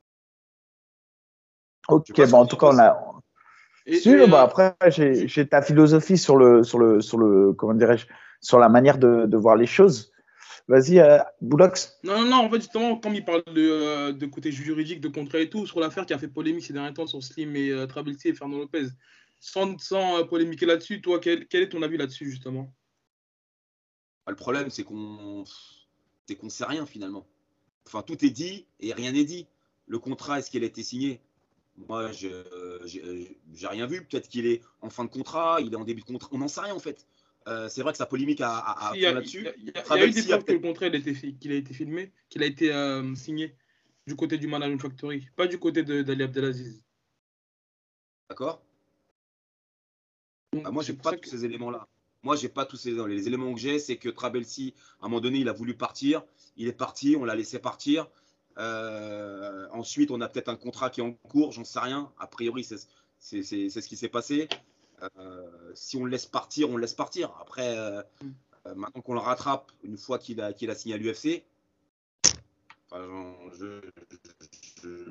Ok, bon, en tout cas, on a. Et, si, et, bah, euh, après, j'ai, j'ai ta philosophie sur le, sur le, sur le, comment dirais-je, sur la manière de, de voir les choses. Vas-y, euh, Boulox. Non, non, non, en fait, justement, comme il parle de, euh, de côté juridique, de contrat et tout, sur l'affaire qui a fait polémique ces derniers temps sur Slim et euh, Trabelsi et Fernando Lopez, sans, sans euh, polémiquer là-dessus, toi, quel, quel est ton avis là-dessus, justement? Le problème, c'est qu'on c'est qu'on sait rien, finalement. Enfin, tout est dit et rien n'est dit. Le contrat, est-ce qu'il a été signé? Moi, je j'ai rien vu. Peut-être qu'il est en fin de contrat, il est en début de contrat. On n'en sait rien, en fait. Euh, c'est vrai que sa polémique a, a, a si, fond là-dessus. Il y, y, y, y a eu des preuves que le contrat il a été, qu'il a été filmé, qu'il a été euh, signé du côté du Management Factory, pas du côté d'Ali Abdelaziz. D'accord. Bah, moi, j'ai pas tous que... ces éléments-là. Moi, j'ai pas tous ces éléments. Les éléments que j'ai, c'est que Trabelsi, à un moment donné, il a voulu partir. Il est parti, on l'a laissé partir. Euh, ensuite, on a peut-être un contrat qui est en cours, j'en sais rien. A priori, c'est, c'est, c'est, c'est ce qui s'est passé. Euh, si on le laisse partir, on le laisse partir. Après, euh, euh, maintenant qu'on le rattrape, une fois qu'il a, qu'il a signé à l'U F C, enfin, je, je,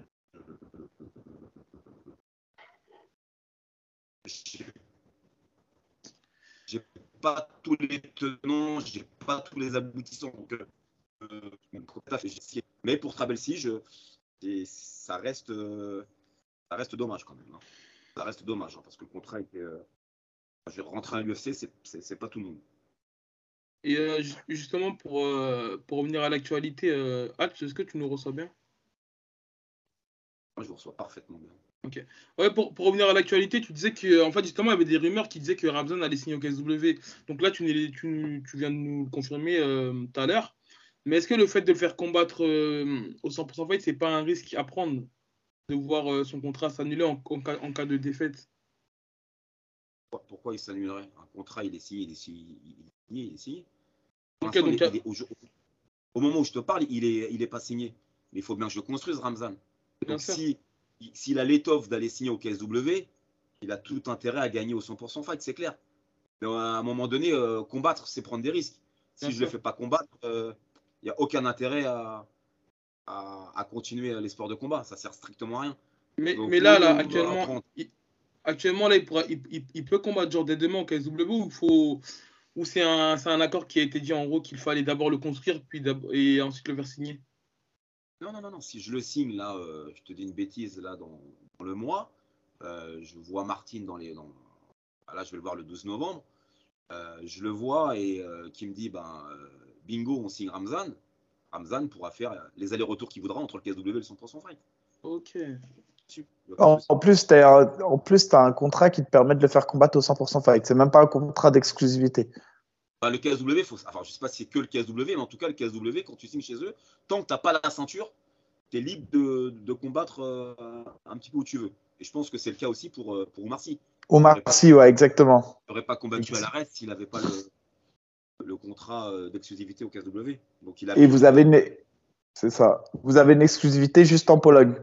je, j'ai pas tous les tenants, j'ai pas tous les aboutissants. Donc, euh, mais pour Trabelsi, je, ça reste, euh, ça reste dommage quand même. Hein. Ça reste dommage hein, parce que le contrat était. Euh, je vais rentrer à l'U F C, c'est, c'est, c'est pas tout le monde. Et euh, justement, pour, euh, pour revenir à l'actualité, euh, Hatch, est-ce que tu nous reçois bien? Moi, je vous reçois parfaitement bien. Ok. Ouais, pour, pour revenir à l'actualité, tu disais que, en fait, justement, il y avait des rumeurs qui disaient que Ramzan allait signer au K S W. Donc là, tu, tu, tu viens de nous le confirmer euh, tout à l'heure. Mais est-ce que le fait de le faire combattre euh, au cent pour cent fight, c'est pas un risque à prendre de voir euh, son contrat s'annuler en, en, cas, en cas de défaite? Pourquoi il s'annulerait? Un contrat, il est signé, il est signé, il est signé. Okay, donc, il est, il est, au, au moment où je te parle, il n'est il est pas signé. Mais il faut bien que je le construise, Ramzan. Donc, si, s'il a l'étoffe d'aller signer au K S W, il a tout intérêt à gagner au cent pour cent fight, c'est clair. Mais à un moment donné, euh, combattre, c'est prendre des risques. Si bien je ne le fais pas combattre, il euh, n'y a aucun intérêt à, à, à continuer les sports de combat. Ça ne sert strictement à rien. Mais, mais là, là, actuellement, il, actuellement là, il, pourra, il, il, il peut combattre genre dès demain au K S W ou il faut... Ou c'est un, c'est un accord qui a été dit en gros qu'il fallait d'abord le construire puis et ensuite le faire signer? Non, non, non, non. Si je le signe, là, euh, je te dis une bêtise, là, dans, dans le mois, euh, je vois Martine dans les. Dans... Là, je vais le voir le douze novembre. Euh, je le vois et euh, qui me dit ben, euh, bingo, on signe Ramzan. Ramzan pourra faire les allers-retours qu'il voudra entre le K S W et le cent pour cent fight. Ok. En, en plus, tu as un contrat qui te permet de le faire combattre au cent pour cent fight. C'est même pas un contrat d'exclusivité. Bah, le K S W, faut, enfin, je sais pas si c'est que le K S W, mais en tout cas, le K S W, quand tu signes chez eux, tant que tu n'as pas la ceinture, tu es libre de, de combattre euh, un petit peu où tu veux. Et je pense que c'est le cas aussi pour, euh, pour Oumar Sy. Oumar Sy, ouais, exactement. Il n'aurait pas combattu à l'arrêt s'il n'avait pas le, le contrat d'exclusivité au K S W. Donc, il a Et vous avez une... C'est ça. Vous avez une exclusivité juste en Pologne.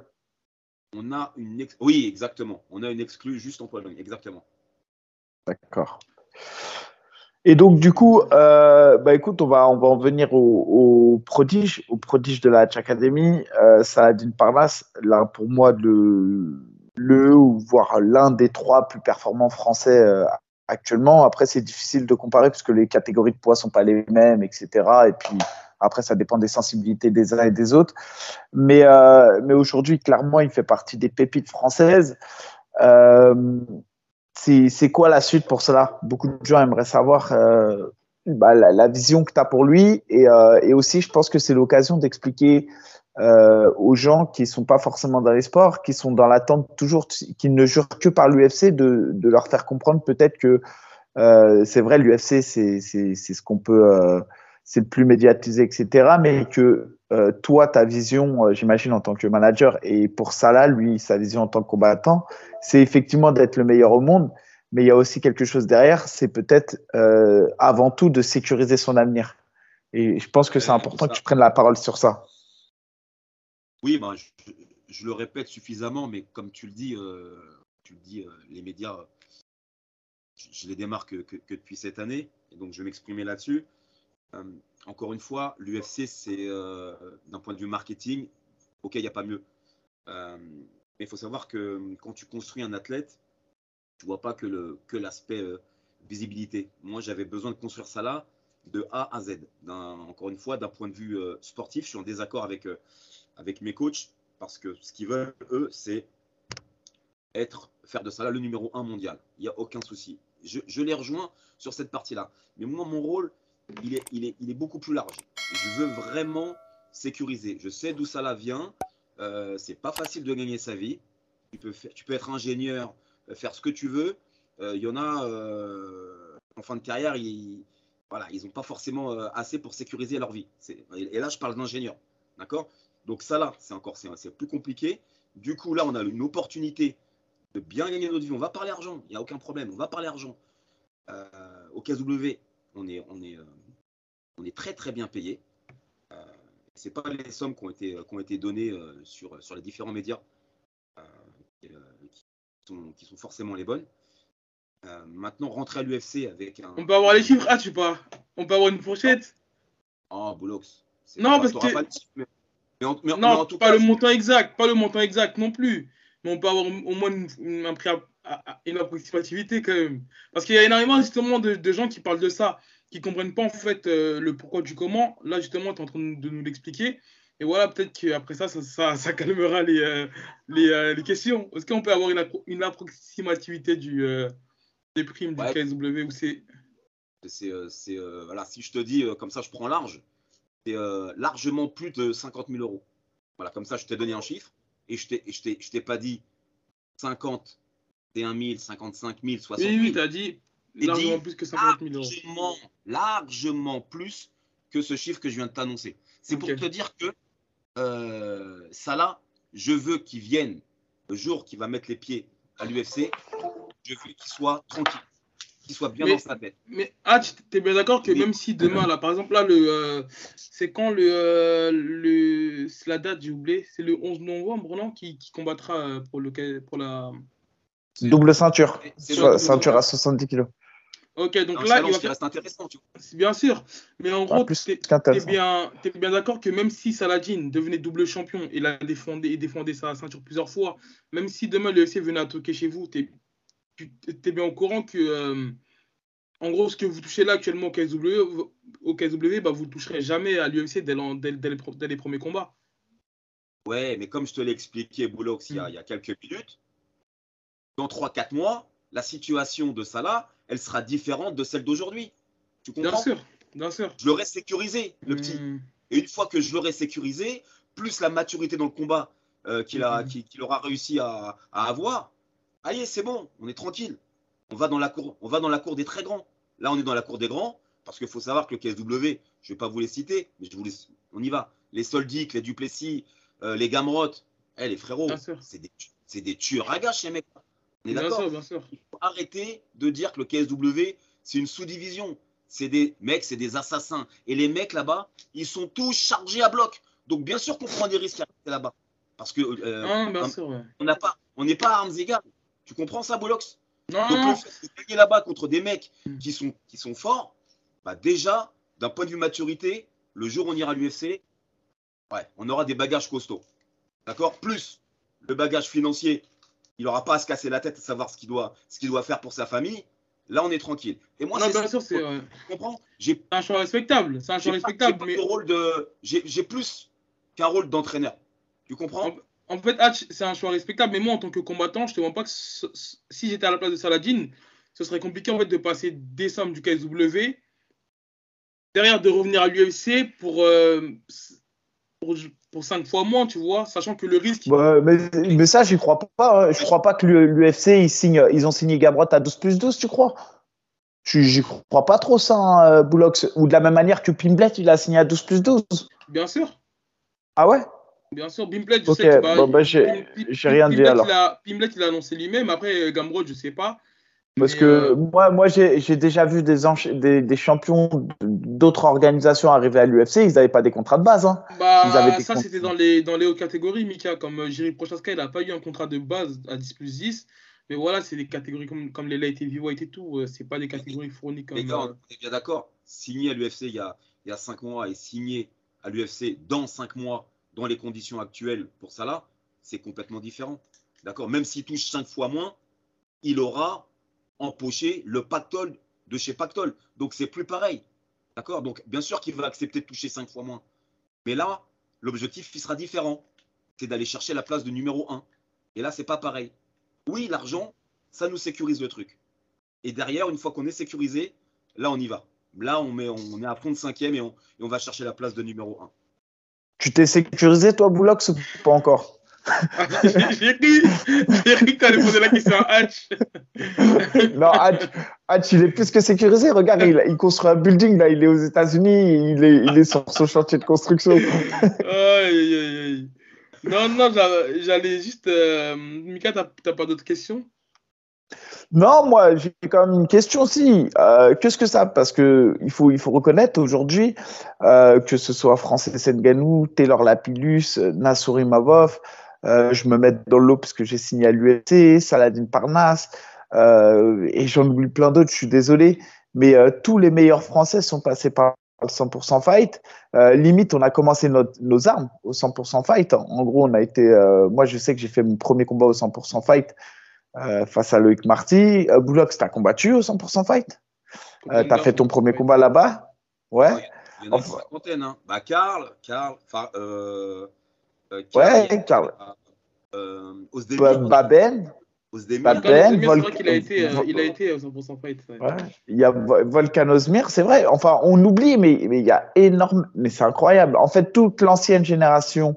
On a une ex... Oui, exactement. On a une exclue juste en Pologne, exactement. D'accord. Et donc, du coup, euh, bah, écoute, on va, on va en venir au, au prodige, au prodige de la Hatch Academy, euh, Saladin Parnasse, là, pour moi, le, le ou voire l'un des trois plus performants français euh, actuellement. Après, c'est difficile de comparer parce que les catégories de poids sont pas les mêmes, et cetera. Et puis, après, ça dépend des sensibilités des uns et des autres. Mais, euh, mais aujourd'hui, clairement, il fait partie des pépites françaises. Euh, c'est, c'est quoi la suite pour cela? Beaucoup de gens aimeraient savoir euh, bah, la, la, vision que tu as pour lui. Et, euh, et aussi, je pense que c'est l'occasion d'expliquer euh, aux gens qui ne sont pas forcément dans les sports, qui sont dans l'attente toujours, qui ne jurent que par l'U F C, de, de leur faire comprendre peut-être que euh, c'est vrai, l'U F C, c'est, c'est, c'est ce qu'on peut, euh, c'est le plus médiatisé, et cetera. Mais que euh, toi, ta vision, euh, j'imagine, en tant que manager, et pour Salah, lui, sa vision en tant que combattant, c'est effectivement d'être le meilleur au monde. Mais il y a aussi quelque chose derrière, c'est peut-être euh, avant tout de sécuriser son avenir. Et je pense que c'est Ouais, important que ça, tu prennes la parole sur ça. oui, ben, je, je le répète suffisamment, mais comme tu le dis, euh, tu le dis, euh, les médias, je, je les démarre que, que, que depuis cette année, et donc je vais m'exprimer là-dessus. Euh, encore une fois, l'U F C, c'est euh, d'un point de vue marketing, ok, il n'y a pas mieux. Euh, mais il faut savoir que quand tu construis un athlète, tu vois pas que, le, que l'aspect euh, visibilité. Moi, j'avais besoin de construire ça là de A à Z. D'un, encore une fois, d'un point de vue euh, sportif, je suis en désaccord avec, euh, avec mes coachs parce que ce qu'ils veulent, eux, c'est être, faire de ça là le numéro un mondial. Il n'y a aucun souci. Je, je les rejoins sur cette partie-là. Mais moi, mon rôle, il est, il est, il est beaucoup plus large. Je veux vraiment sécuriser. Je sais d'où ça là vient. Euh, c'est pas facile de gagner sa vie. Tu peux, faire, tu peux être ingénieur, faire ce que tu veux. Il euh, y en a euh, en fin de carrière, ils voilà, ils n'ont pas forcément euh, assez pour sécuriser leur vie. C'est, et là, je parle d'ingénieur. D'accord. Donc ça là, c'est encore c'est, c'est plus compliqué. Du coup, là, on a une opportunité de bien gagner notre vie. On va parler argent, il n'y a aucun problème. On va parler argent. Euh, au K S W, on est, on est, euh, on est très très bien payé. Euh, Ce n'est pas les sommes qui ont été, qui ont été données euh, sur, sur les différents médias euh, qui, euh, qui, sont, qui sont forcément les bonnes. Euh, maintenant, rentrer à l'U F C avec un. On peut avoir Avec les un chiffres, ah, tu sais pas. On peut avoir une non, fourchette. oh, Boulox, tu Non, parce n'auras que pas les chiffres. Mais, mais, en, mais, mais non, en tout pas cas, le je, montant exact, pas le montant exact non plus. Mais on peut avoir au moins une, une, un prix à, à, à, une approximativité quand même. Parce qu'il y a énormément justement de, de, gens qui parlent de ça, qui ne comprennent pas en fait euh, le pourquoi du comment. Là justement, tu es en train de nous l'expliquer. Et voilà, peut-être qu'après ça ça, ça, ça, calmera les, euh, les, euh, les questions. Est-ce qu'on peut avoir une, appro une approximativité du, euh, des primes du ouais, K S W ou c'est... c'est, c'est, euh, voilà, si je te dis euh, comme ça, je prends large, c'est euh, largement plus de cinquante mille euros. Voilà, comme ça, je t'ai donné un chiffre et je t'ai, je t'ai, je t'ai pas dit cinquante et un mille, cinquante-cinq mille, Oui, soixante oui, mille. tu as dit J'ai largement dit plus que cinquante mille euros. largement, largement plus que ce chiffre que je viens de t'annoncer. C'est Ok. pour te dire que euh, Salah, je veux qu'il vienne le jour qu'il va mettre les pieds à l'U F C, je veux qu'il soit tranquille, qu'il soit bien dans Mais, sa tête. mais ah, tu es bien d'accord que Mais même si demain, là, par exemple, là, le, euh, c'est quand le, euh, le, c'est la date, j'ai oublié, c'est le onze novembre, non, qui, qui combattra euh, pour, le, pour la. c'est, Double ceinture, c'est Sur la le, double ceinture à ceinture. soixante-dix kilos. Ok, c'est donc un là, il va challenge qui faire. reste intéressant. Tu vois. C'est bien sûr, mais en Ah, gros, plus t'es es qu'intéressant. bien, t'es bien d'accord que même si Saladin devenait double champion et la défendait, et défendait sa ceinture plusieurs fois, même si demain le U F C venait à toquer chez vous, t'es es bien au courant que. Euh, En gros, ce que vous touchez là actuellement au K S W, au K S W bah, vous ne toucherez jamais à l'U F C dès, dès, dès, les, dès les premiers combats. Ouais, mais comme je te l'ai expliqué, Boulox, il y a, il y a quelques minutes, dans trois quatre mois, la situation de Salah, elle sera différente de celle d'aujourd'hui. Tu Bien comprends? sûr, bien sûr. Je l'aurai sécurisé, le petit. Mmh, Et une fois que je l'aurai sécurisé, plus la maturité dans le combat euh, qu'il a, mmh. qu'il, qu'il aura réussi à, à avoir, allez, c'est bon, on est tranquille. On va, dans la cour, on va dans la cour des très grands. Là, on est dans la cour des grands, parce qu'il faut savoir que le K S W, je ne vais pas vous les citer, mais je vous les, on y va. Les Soldic, les Duplessis, euh, les Gamrot, eh, les Bien frérots, sûr, c'est des, c'est des tueurs à gages, les mecs. On est bien sûr, d'accord? bien sûr. Il faut arrêter de dire que le K S W, c'est une sous-division. C'est des mecs, c'est des assassins. Et les mecs là-bas, ils sont tous chargés à bloc. Donc bien sûr qu'on prend des risques à rester là-bas. Parce que euh, Ah, bien un- sûr, ouais. on n'a pas, on n'est pas à armes égales. Tu comprends ça, Bolox? Non, Donc, non, le fait de gagner là-bas contre des mecs qui sont, qui sont forts, bah déjà, d'un point de vue maturité, le jour où on ira à l'U F C, ouais, on aura des bagages costauds. D'accord? Plus le bagage financier, il n'aura pas à se casser la tête à savoir ce qu'il doit, ce qu'il doit faire pour sa famille. Là, on est tranquille. Et moi, non, c'est bien ça. sûr, c'est euh, Tu comprends? J'ai un choix respectable. C'est un choix j'ai pas, j'ai respectable, pas mais de rôle de. J'ai j'ai plus qu'un rôle d'entraîneur. Tu en, comprends? en fait, Hatch, c'est un choix respectable. Mais moi, en tant que combattant, je te vois pas que ce- ce- si j'étais à la place de Saladin, ce serait compliqué en fait de passer des sommes du K S W derrière de revenir à l'U F C pour, euh, pour, pour cinq fois moins, tu vois, sachant que le risque. Ouais, mais, mais ça, j'y crois pas. Hein. Je crois pas que l'U F C, ils, signent, ils ont signé Gabrot à douze plus douze, tu crois? Je- J'y crois pas trop ça, hein, euh, Boulox. Ou de la même manière que Pimblet, il a signé à douze plus douze. Bien sûr, Ah ouais? bien sûr. Bimplet, je Ok, sais que bah, bon, bah, j'ai Pim- Pim- j'ai Pim- rien dit Pimblet, il alors. a, Pimblet, il a annoncé lui-même. Après, euh, Gamrot, je sais pas. Parce Mais euh, que moi, moi j'ai j'ai déjà vu des, encha- des, des champions d'autres organisations arriver à l'U F C, ils n'avaient pas des contrats de base. Hein. Ils avaient bah, des ça, c'était contrats. dans les, dans les hautes catégories, Mika. Comme euh, Jiri Prochaska, il n'a pas eu un contrat de base à dix plus dix. Mais voilà, c'est des catégories comme, comme les light heavyweight et tout. euh, c'est pas des catégories fournies Les comme. gars, euh, on est bien d'accord. Signer à l'U F C il y a, il y a cinq mois et signer à l'U F C dans cinq mois, dans les conditions actuelles pour Salah, c'est complètement différent. D'accord? Même s'il touche cinq fois moins, il aura empoché le pactole de chez Pactole. Donc, c'est plus pareil. D'accord? Donc, bien sûr qu'il va accepter de toucher cinq fois moins. Mais là, l'objectif, il sera différent. C'est d'aller chercher la place de numéro un. Et là, c'est pas pareil. Oui, l'argent, ça nous sécurise le truc. Et derrière, une fois qu'on est sécurisé, là, on y va. Là, on, met, on est à fond de cinquième et on, et on va chercher la place de numéro un. Tu t'es sécurisé, toi, Boulox, ou pas encore? Ah, j'ai j'ai cru, j'ai cru que tu allais poser la question à Hatch. Non, Hatch, Hatch, il est plus que sécurisé. Regarde, il, il construit un building, là, il est aux États-Unis, il est, il est sur son chantier de construction. Aïe, aïe, aïe, aïe. Non, non, j'a- j'allais juste. euh, Mika, t'as t'as pas d'autres questions? Non, moi, j'ai quand même une question aussi. Euh, qu'est-ce que ça? Parce que il faut, il faut reconnaître aujourd'hui euh, que ce soit Francis Ngannou, Taylor Lapillus, Nassour Imavov, euh, je me mets dans l'eau parce que j'ai signé à l'U F C, Saladin Parnasse, euh, et j'en oublie plein d'autres, je suis désolé, mais euh, tous les meilleurs Français sont passés par le cent pour cent fight. Euh, limite, on a commencé notre, nos armes au cent pour cent fight. En gros, on a été, euh, moi, je sais que j'ai fait mon premier combat au cent pour cent fight euh, face à Loïc Marty. Euh, Boulox, t'as combattu au cent pour cent fight? Euh, t'as Contender fait ton cent pour cent premier fight. combat là-bas? Ouais. Oh, il y en a une Enfin, cinquantaine. Hein. Bah, Karl, Karl, enfin, euh, euh, Karl, il y ouais, Karl. a euh, Ba- Ozdemir. Baben, Ozdemir. Volkan Baben, Ozdemir, c'est Vol- vrai qu'il a été, euh, Vol- il a été au cent pour cent fight. Ouais. ouais. Il y a Vo- Volkan Ozdemir, c'est vrai. Enfin, on oublie, mais, mais il y a énorme, mais c'est incroyable. En fait, toute l'ancienne génération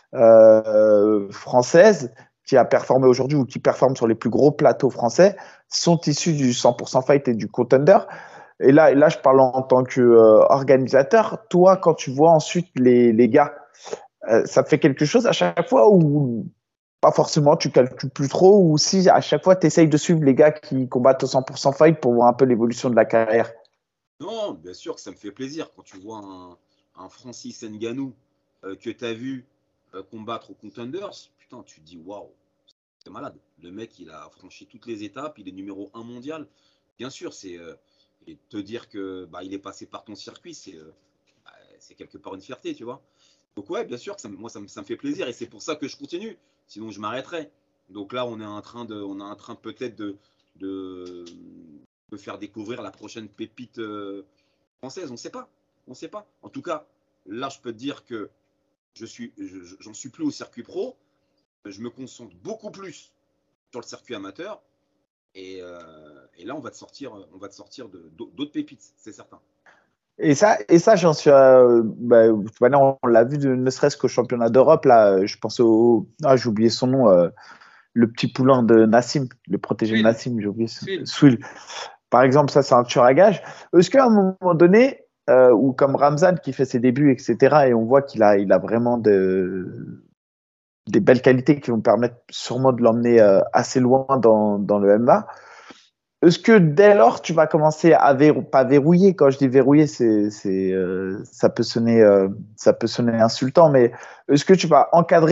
euh, française qui a performé aujourd'hui ou qui performe sur les plus gros plateaux français sont issus du cent pour cent fight et du contender. Et là, et là, je parle en tant qu'organisateur. Euh, Toi, quand tu vois ensuite les, les gars, euh, ça te fait quelque chose à chaque fois ou pas forcément, tu calcules plus trop, ou si à chaque fois tu essayes de suivre les gars qui combattent au cent pour cent fight pour voir un peu l'évolution de la carrière? Non, bien sûr que ça me fait plaisir quand tu vois un, un Francis Ngannou euh, que tu as vu euh, combattre aux Contenders. Putain, tu te dis waouh, c'est malade. Le mec, il a franchi toutes les étapes, il est numéro un mondial. Bien sûr, c'est euh, et te dire que bah, il est passé par ton circuit, c'est euh, bah, c'est quelque part une fierté, tu vois. Donc ouais, bien sûr que ça, moi ça me, ça me fait plaisir et c'est pour ça que je continue. Sinon je m'arrêterais. Donc là, on est en train de, on est en train peut-être de, de, de faire découvrir la prochaine pépite euh, française. On ne sait pas, on ne sait pas. En tout cas, là, je peux te dire que je suis, je- j'en suis plus au circuit pro. Je me concentre beaucoup plus sur le circuit amateur. Et, euh, et là, on va te sortir, on va te sortir de, d'autres pépites, c'est certain. Et ça, et ça j'en suis. Euh, bah, maintenant, on l'a vu, de, ne serait-ce qu'au championnat d'Europe. Là, je pense au. Ah, j'ai oublié son nom. Euh, le petit poulain de Nassim, le protégé de Swil, Nassim, j'ai oublié. Swil. Swil. Par exemple, ça, c'est un tueur à gage. Est-ce qu'à un moment donné, euh, ou comme Ramzan qui fait ses débuts, et cetera, et on voit qu'il a, il a vraiment de, des belles qualités qui vont permettre sûrement de l'emmener euh, assez loin dans, dans le M M A. Est-ce que dès lors, tu vas commencer à verrouiller, pas verrouiller, quand je dis verrouiller, c'est, c'est, euh, ça peut sonner, euh, ça peut sonner insultant, mais est-ce que tu vas encadrer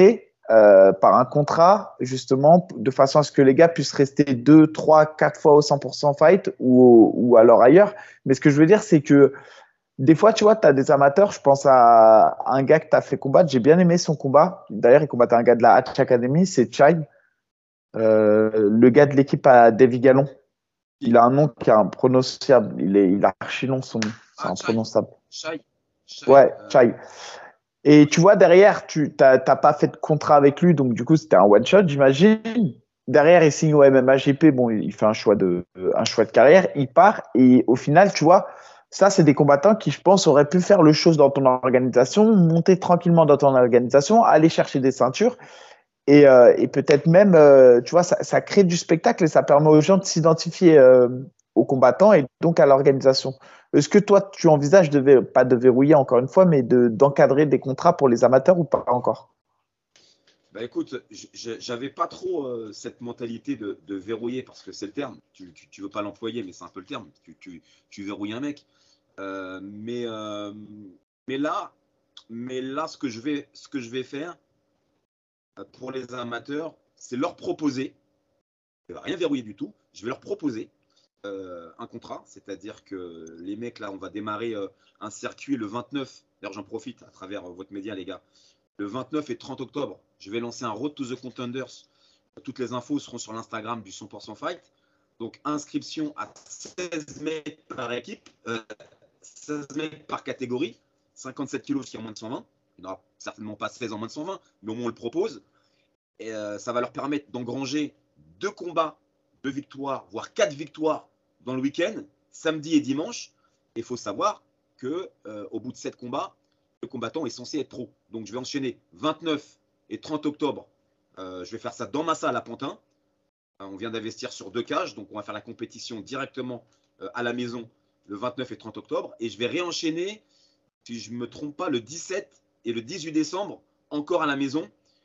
euh, par un contrat, justement, de façon à ce que les gars puissent rester deux, trois, quatre fois au cent pour cent fight ou, ou alors ailleurs. Mais ce que je veux dire, c'est que des fois, tu vois, tu as des amateurs. Je pense à un gars que tu as fait combattre. J'ai bien aimé son combat. D'ailleurs, il combattait un gars de la Hatch Academy, c'est Chai, euh, le gars de l'équipe à Davy Gallon. Il a un nom qui est imprononciable. Il est, il a archi long son nom. C'est Ah, imprononçable. Chai. Chai. Ouais, euh, Chai. Et tu vois, derrière, tu n'as pas fait de contrat avec lui, donc du coup, c'était un one-shot, j'imagine. Derrière, il signe au M M A G P, bon, il fait un choix de, un choix de carrière, il part, et au final, tu vois, ça, c'est des combattants qui, je pense, auraient pu faire le chose dans ton organisation, monter tranquillement dans ton organisation, aller chercher des ceintures, et, euh, et peut-être même, euh, tu vois, ça, ça crée du spectacle et ça permet aux gens de s'identifier euh, aux combattants et donc à l'organisation. Est-ce que toi, tu envisages de, vé- pas de verrouiller encore une fois, mais de, d'encadrer des contrats pour les amateurs ou pas encore? Bah écoute, j- j- j'avais pas trop euh, cette mentalité de, de verrouiller parce que c'est le terme. Tu, tu, tu veux pas l'employer, mais c'est un peu le terme. Tu, tu, tu verrouilles un mec. Euh, mais, euh, mais là, mais là, ce que je vais, ce que je vais faire euh, pour les amateurs, c'est leur proposer. Je vais rien verrouiller du tout. Je vais leur proposer euh, un contrat, c'est-à-dire que les mecs là, on va démarrer euh, un circuit le vingt-neuf. D'ailleurs, j'en profite à travers euh, votre média, les gars. Le vingt-neuf et trente octobre, je vais lancer un Road to the Contenders. Toutes les infos seront sur l'Instagram du cent pour cent Fight. Donc, inscription à seize mecs par équipe, euh, seize mecs par catégorie, cinquante-sept kilos qui est en moins de cent vingt. Il n'y en aura certainement pas seize en moins de cent vingt, mais au moins on le propose. Et euh, ça va leur permettre d'engranger deux combats, deux victoires, voire quatre victoires dans le week-end, samedi et dimanche. Et il faut savoir qu'au euh, bout de sept combats, le combattant est censé être pro. Donc je vais enchaîner vingt-neuf et trente octobre. Euh, je vais faire ça dans ma salle à Pantin. Euh, on vient d'investir sur deux cages, donc on va faire la compétition directement euh, à la maison le vingt-neuf et trente octobre. Et je vais réenchaîner, si je ne me trompe pas, le dix-sept et le dix-huit décembre, encore à la maison,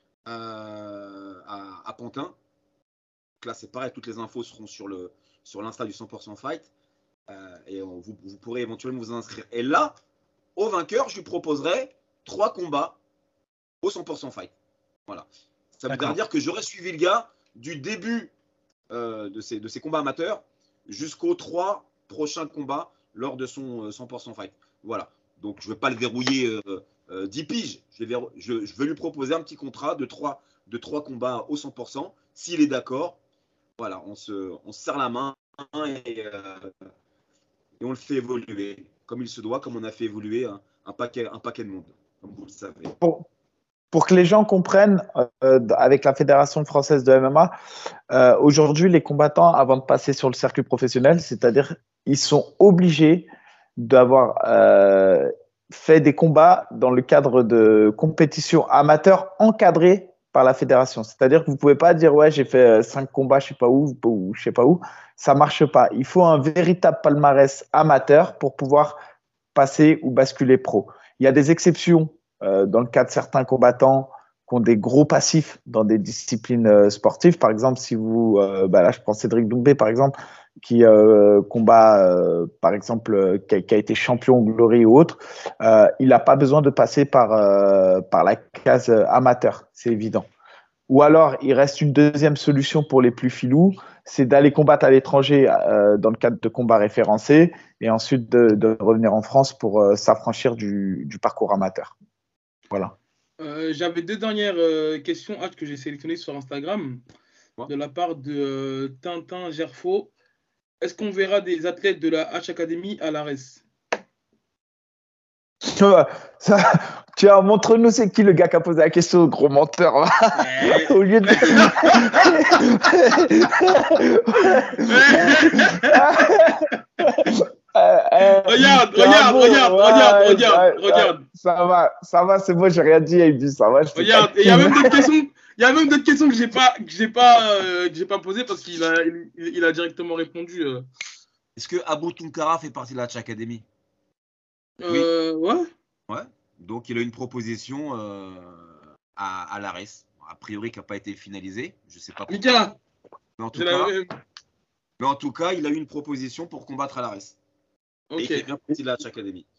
euh, à, à Pantin. Donc là, c'est pareil, toutes les infos seront sur le sur l'Insta du cent pour cent Fight. Euh, et on, vous, vous pourrez éventuellement vous inscrire. Et là, au vainqueur, je lui proposerai trois combats au cent pour cent Fight. Voilà. Ça voudrait dire que j'aurais suivi le gars du début euh, de, ses, de ses combats amateurs jusqu'aux trois prochains combats lors de son euh, cent pour cent Fight. Voilà. Donc, je ne vais pas le verrouiller euh, euh, dix piges. Je vais, verrou- je, je vais lui proposer un petit contrat de trois, de trois combats au cent pour cent. S'il est d'accord, voilà, on se, on se serre la main et, euh, et on le fait évoluer comme il se doit, comme on a fait évoluer un, un, paquet, un paquet de monde, comme vous le savez. Pour, pour que les gens comprennent, euh, avec la Fédération française de M M A, euh, aujourd'hui, les combattants, avant de passer sur le circuit professionnel, c'est-à-dire, ils sont obligés d'avoir euh, fait des combats dans le cadre de compétitions amateurs encadrées par la fédération. C'est-à-dire que vous ne pouvez pas dire, ouais, j'ai fait cinq combats, je ne sais pas où, ou je ne sais pas où. Ça ne marche pas. Il faut un véritable palmarès amateur pour pouvoir passer ou basculer pro. Il y a des exceptions euh, dans le cas de certains combattants qui ont des gros passifs dans des disciplines euh, sportives. Par exemple, si vous, euh, bah là, je prends Cédric Doumbé, par exemple, qui euh, combat, euh, par exemple, euh, qui, a, qui a été champion Glory ou autre, euh, il n'a pas besoin de passer par, euh, par la case amateur, c'est évident. Ou alors, il reste une deuxième solution pour les plus filous, c'est d'aller combattre à l'étranger euh, dans le cadre de combats référencés et ensuite de, de revenir en France pour euh, s'affranchir du, du parcours amateur. Voilà. Euh, J'avais deux dernières euh, questions Hatch, que j'ai sélectionnées sur Instagram Ouais. de la part de euh, Tintin Gerfo. Est-ce qu'on verra des athlètes de la Hatch Academy à l'Ares? Ça, tiens, montre-nous c'est qui le gars qui a posé la question, gros menteur. Ouais. Au lieu de. Euh, euh, Regarde, t'es un regarde, bon, regarde, ouais, regarde, regarde, ouais, ouais, regarde. ça va, ça va, c'est bon, j'ai rien dit, il dit ça va, je te Regarde, et il y a même taquine. d'autres questions. Il y a même d'autres questions que j'ai pas, que j'ai pas, euh, que j'ai pas posées parce qu'il a, il, il a directement répondu. Euh, Est-ce que Abou Tunkara fait partie de la Hatch Academy? Oui. Euh, ouais. Ouais. Donc, il a une proposition euh, à, à l'Ares. A priori, qui n'a pas été finalisée. Je ne sais pas pourquoi. Mika, Mais en, tout j'ai la cas, même. mais en tout cas, il a eu une proposition pour combattre à l'Ares. Et il Ok. fait bien partie de la Hatch Academy.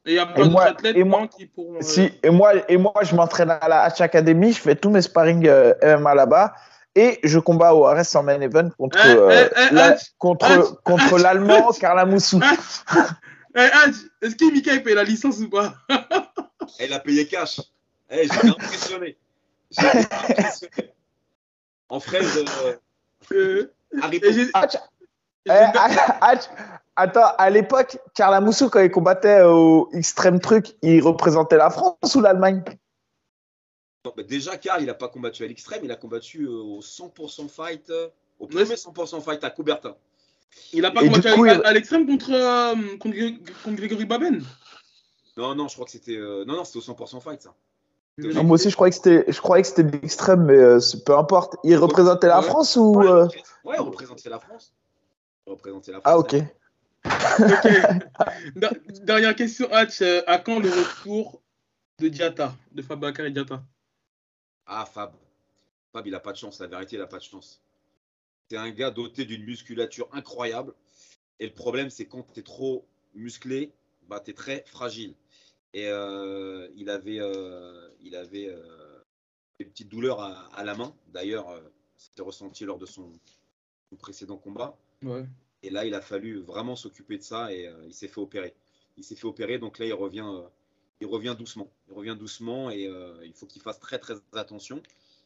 Et il n'y a Et pas d'autres moi, athlètes et moi, non, qui pourront. euh, si, et moi, et moi, je m'entraîne à la Hatch Academy, je fais tous mes sparring euh, M M A là-bas et je combats au R S en main event contre, Eh, euh, eh, eh, la- Hatch, Hatch, contre, contre Hatch, l'Allemand Hatch, Karla Moussou. Hatch, eh, Hatch, est-ce que Mika il paye la licence ou pas? Elle a payé cash. Eh, j'étais impressionné. J'étais impressionné. En fraise, euh, Euh, Haribo. et j'ai- Hatch, et eh, j'ai une da- Hatch, attends, à l'époque, Karla Moussou, quand il combattait au Extreme Truc, il représentait la France ou l'Allemagne? Non, bah déjà, Karl, il n'a pas combattu à l'extrême, il a combattu euh, au cent pour cent fight, euh, au Ouais, premier cent pour cent fight à Coubertin. il a pas Et du combattu à, coup, à- il... à l'extrême contre, euh, contre, Gré- contre Grégory Baben. Non, non, je crois que c'était. euh, Non, non, c'était au cent pour cent fight, ça. Je C'était au vais non, moi cent pour cent. aussi, vérifier. je croyais que c'était, je croyais que c'était de l'extrême, mais euh, c'est- peu importe. Il représentait la Ouais. France ou Ouais, euh, ouais, on représentait la France. On représentait la Ah, France. ok. Hein. Ok. Da- Dernière question, Hatch. euh, À quand le retour de Diatta, de Fabakary Diatta? Ah, Fab. Fab, il n'a pas de chance, la vérité, il n'a pas de chance. C'est un gars doté d'une musculature incroyable. Et le problème, c'est quand tu es trop musclé, bah, tu es très fragile. Et euh, il avait, euh, il avait euh, des petites douleurs à, à la main. D'ailleurs, euh, c'était ressenti lors de son, son précédent combat. Ouais. Et là, il a fallu vraiment s'occuper de ça et euh, il s'est fait opérer. Il s'est fait opérer, donc là, il revient, euh, il revient doucement. Il revient doucement et euh, il faut qu'il fasse très très attention.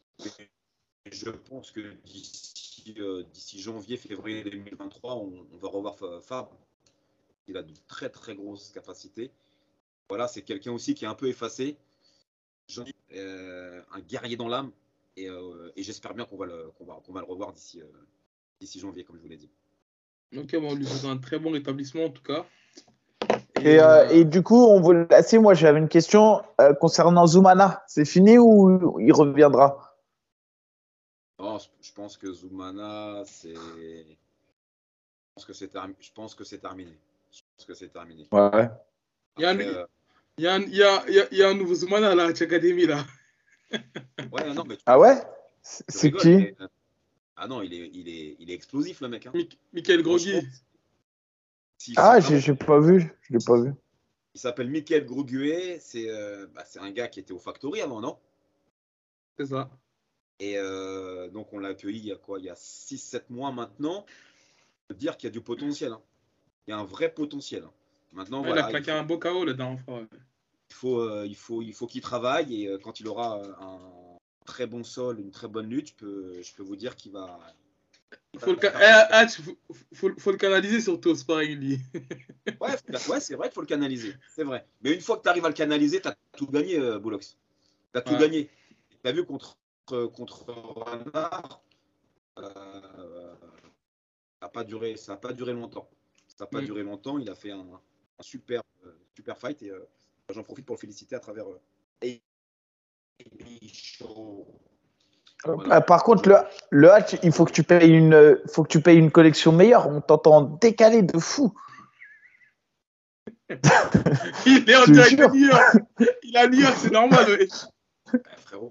Et je pense que d'ici, euh, d'ici janvier, février deux mille vingt-trois, on, on va revoir Fab. Il a de très très grosses capacités. Voilà, c'est quelqu'un aussi qui est un peu effacé. Euh, un guerrier dans l'âme. Et, euh, et j'espère bien qu'on va le, qu'on va, qu'on va le revoir d'ici, euh, d'ici janvier, comme je vous l'ai dit. Ok, bon, on lui souhaite un très bon rétablissement en tout cas. Et, Et, euh, euh, et du coup, on veut assez. Moi, j'avais une question euh, concernant Zoumana. C'est fini ou il reviendra? Non, je pense que Zoumana, c'est. Je pense que c'est termi... je pense que c'est terminé. Je pense que c'est terminé. Ouais. il y a un, Après, euh, il y a un, il y a, il y a- il y a un nouveau Zoumana à la Hatch Academy là. ouais, non, mais tu, Ah ouais? C'est tu c'est rigoles, qui? mais euh, ah non, il est, il est, il est explosif le mec. Hein. Mi- Michael Franchement, Grogui. si, si Ah, j'ai vraiment, j'ai pas vu. Je l'ai pas vu. il s'appelle Michael Groguet, c'est euh, bah, c'est un gars qui était au Factory avant, non? C'est ça. Et euh, donc on l'a accueilli il y a quoi? Il y a six sept mois maintenant. Je peux dire qu'il y a du potentiel. Hein. Il y a un vrai potentiel. Hein. Maintenant, Ouais, il a voilà, il claqué faut, un beau K O la dernière fois. Ouais. il faut, euh, il faut, il faut qu'il travaille et euh, quand il aura euh, un très bon sol, une très bonne lutte, je peux, je peux vous dire qu'il va. il va Faut le, ca- faire- eh, Hatch, faut, faut, faut le canaliser surtout au sparring lui. Ouais, faut- ouais, c'est vrai qu'il faut le canaliser. C'est vrai. Mais une fois que tu arrives à le canaliser, tu as tout gagné, euh, Boulox. Tu as tout Ouais. gagné. Tu as vu contre, contre Renard, euh, ça n'a pas duré, ça a pas duré longtemps. Ça n'a pas Mm. duré longtemps. Il a fait un, un super, euh, super fight et euh, j'en profite pour le féliciter à travers euh, A B Show. Voilà. Euh, par contre, le, le hatch, il faut que tu payes une, euh, faut que tu payes une collection meilleure. On t'entend décalé de fou. Il est en Je te direct de jure. New York. Il est à New York, c'est normal. Ouais. Eh, frérot.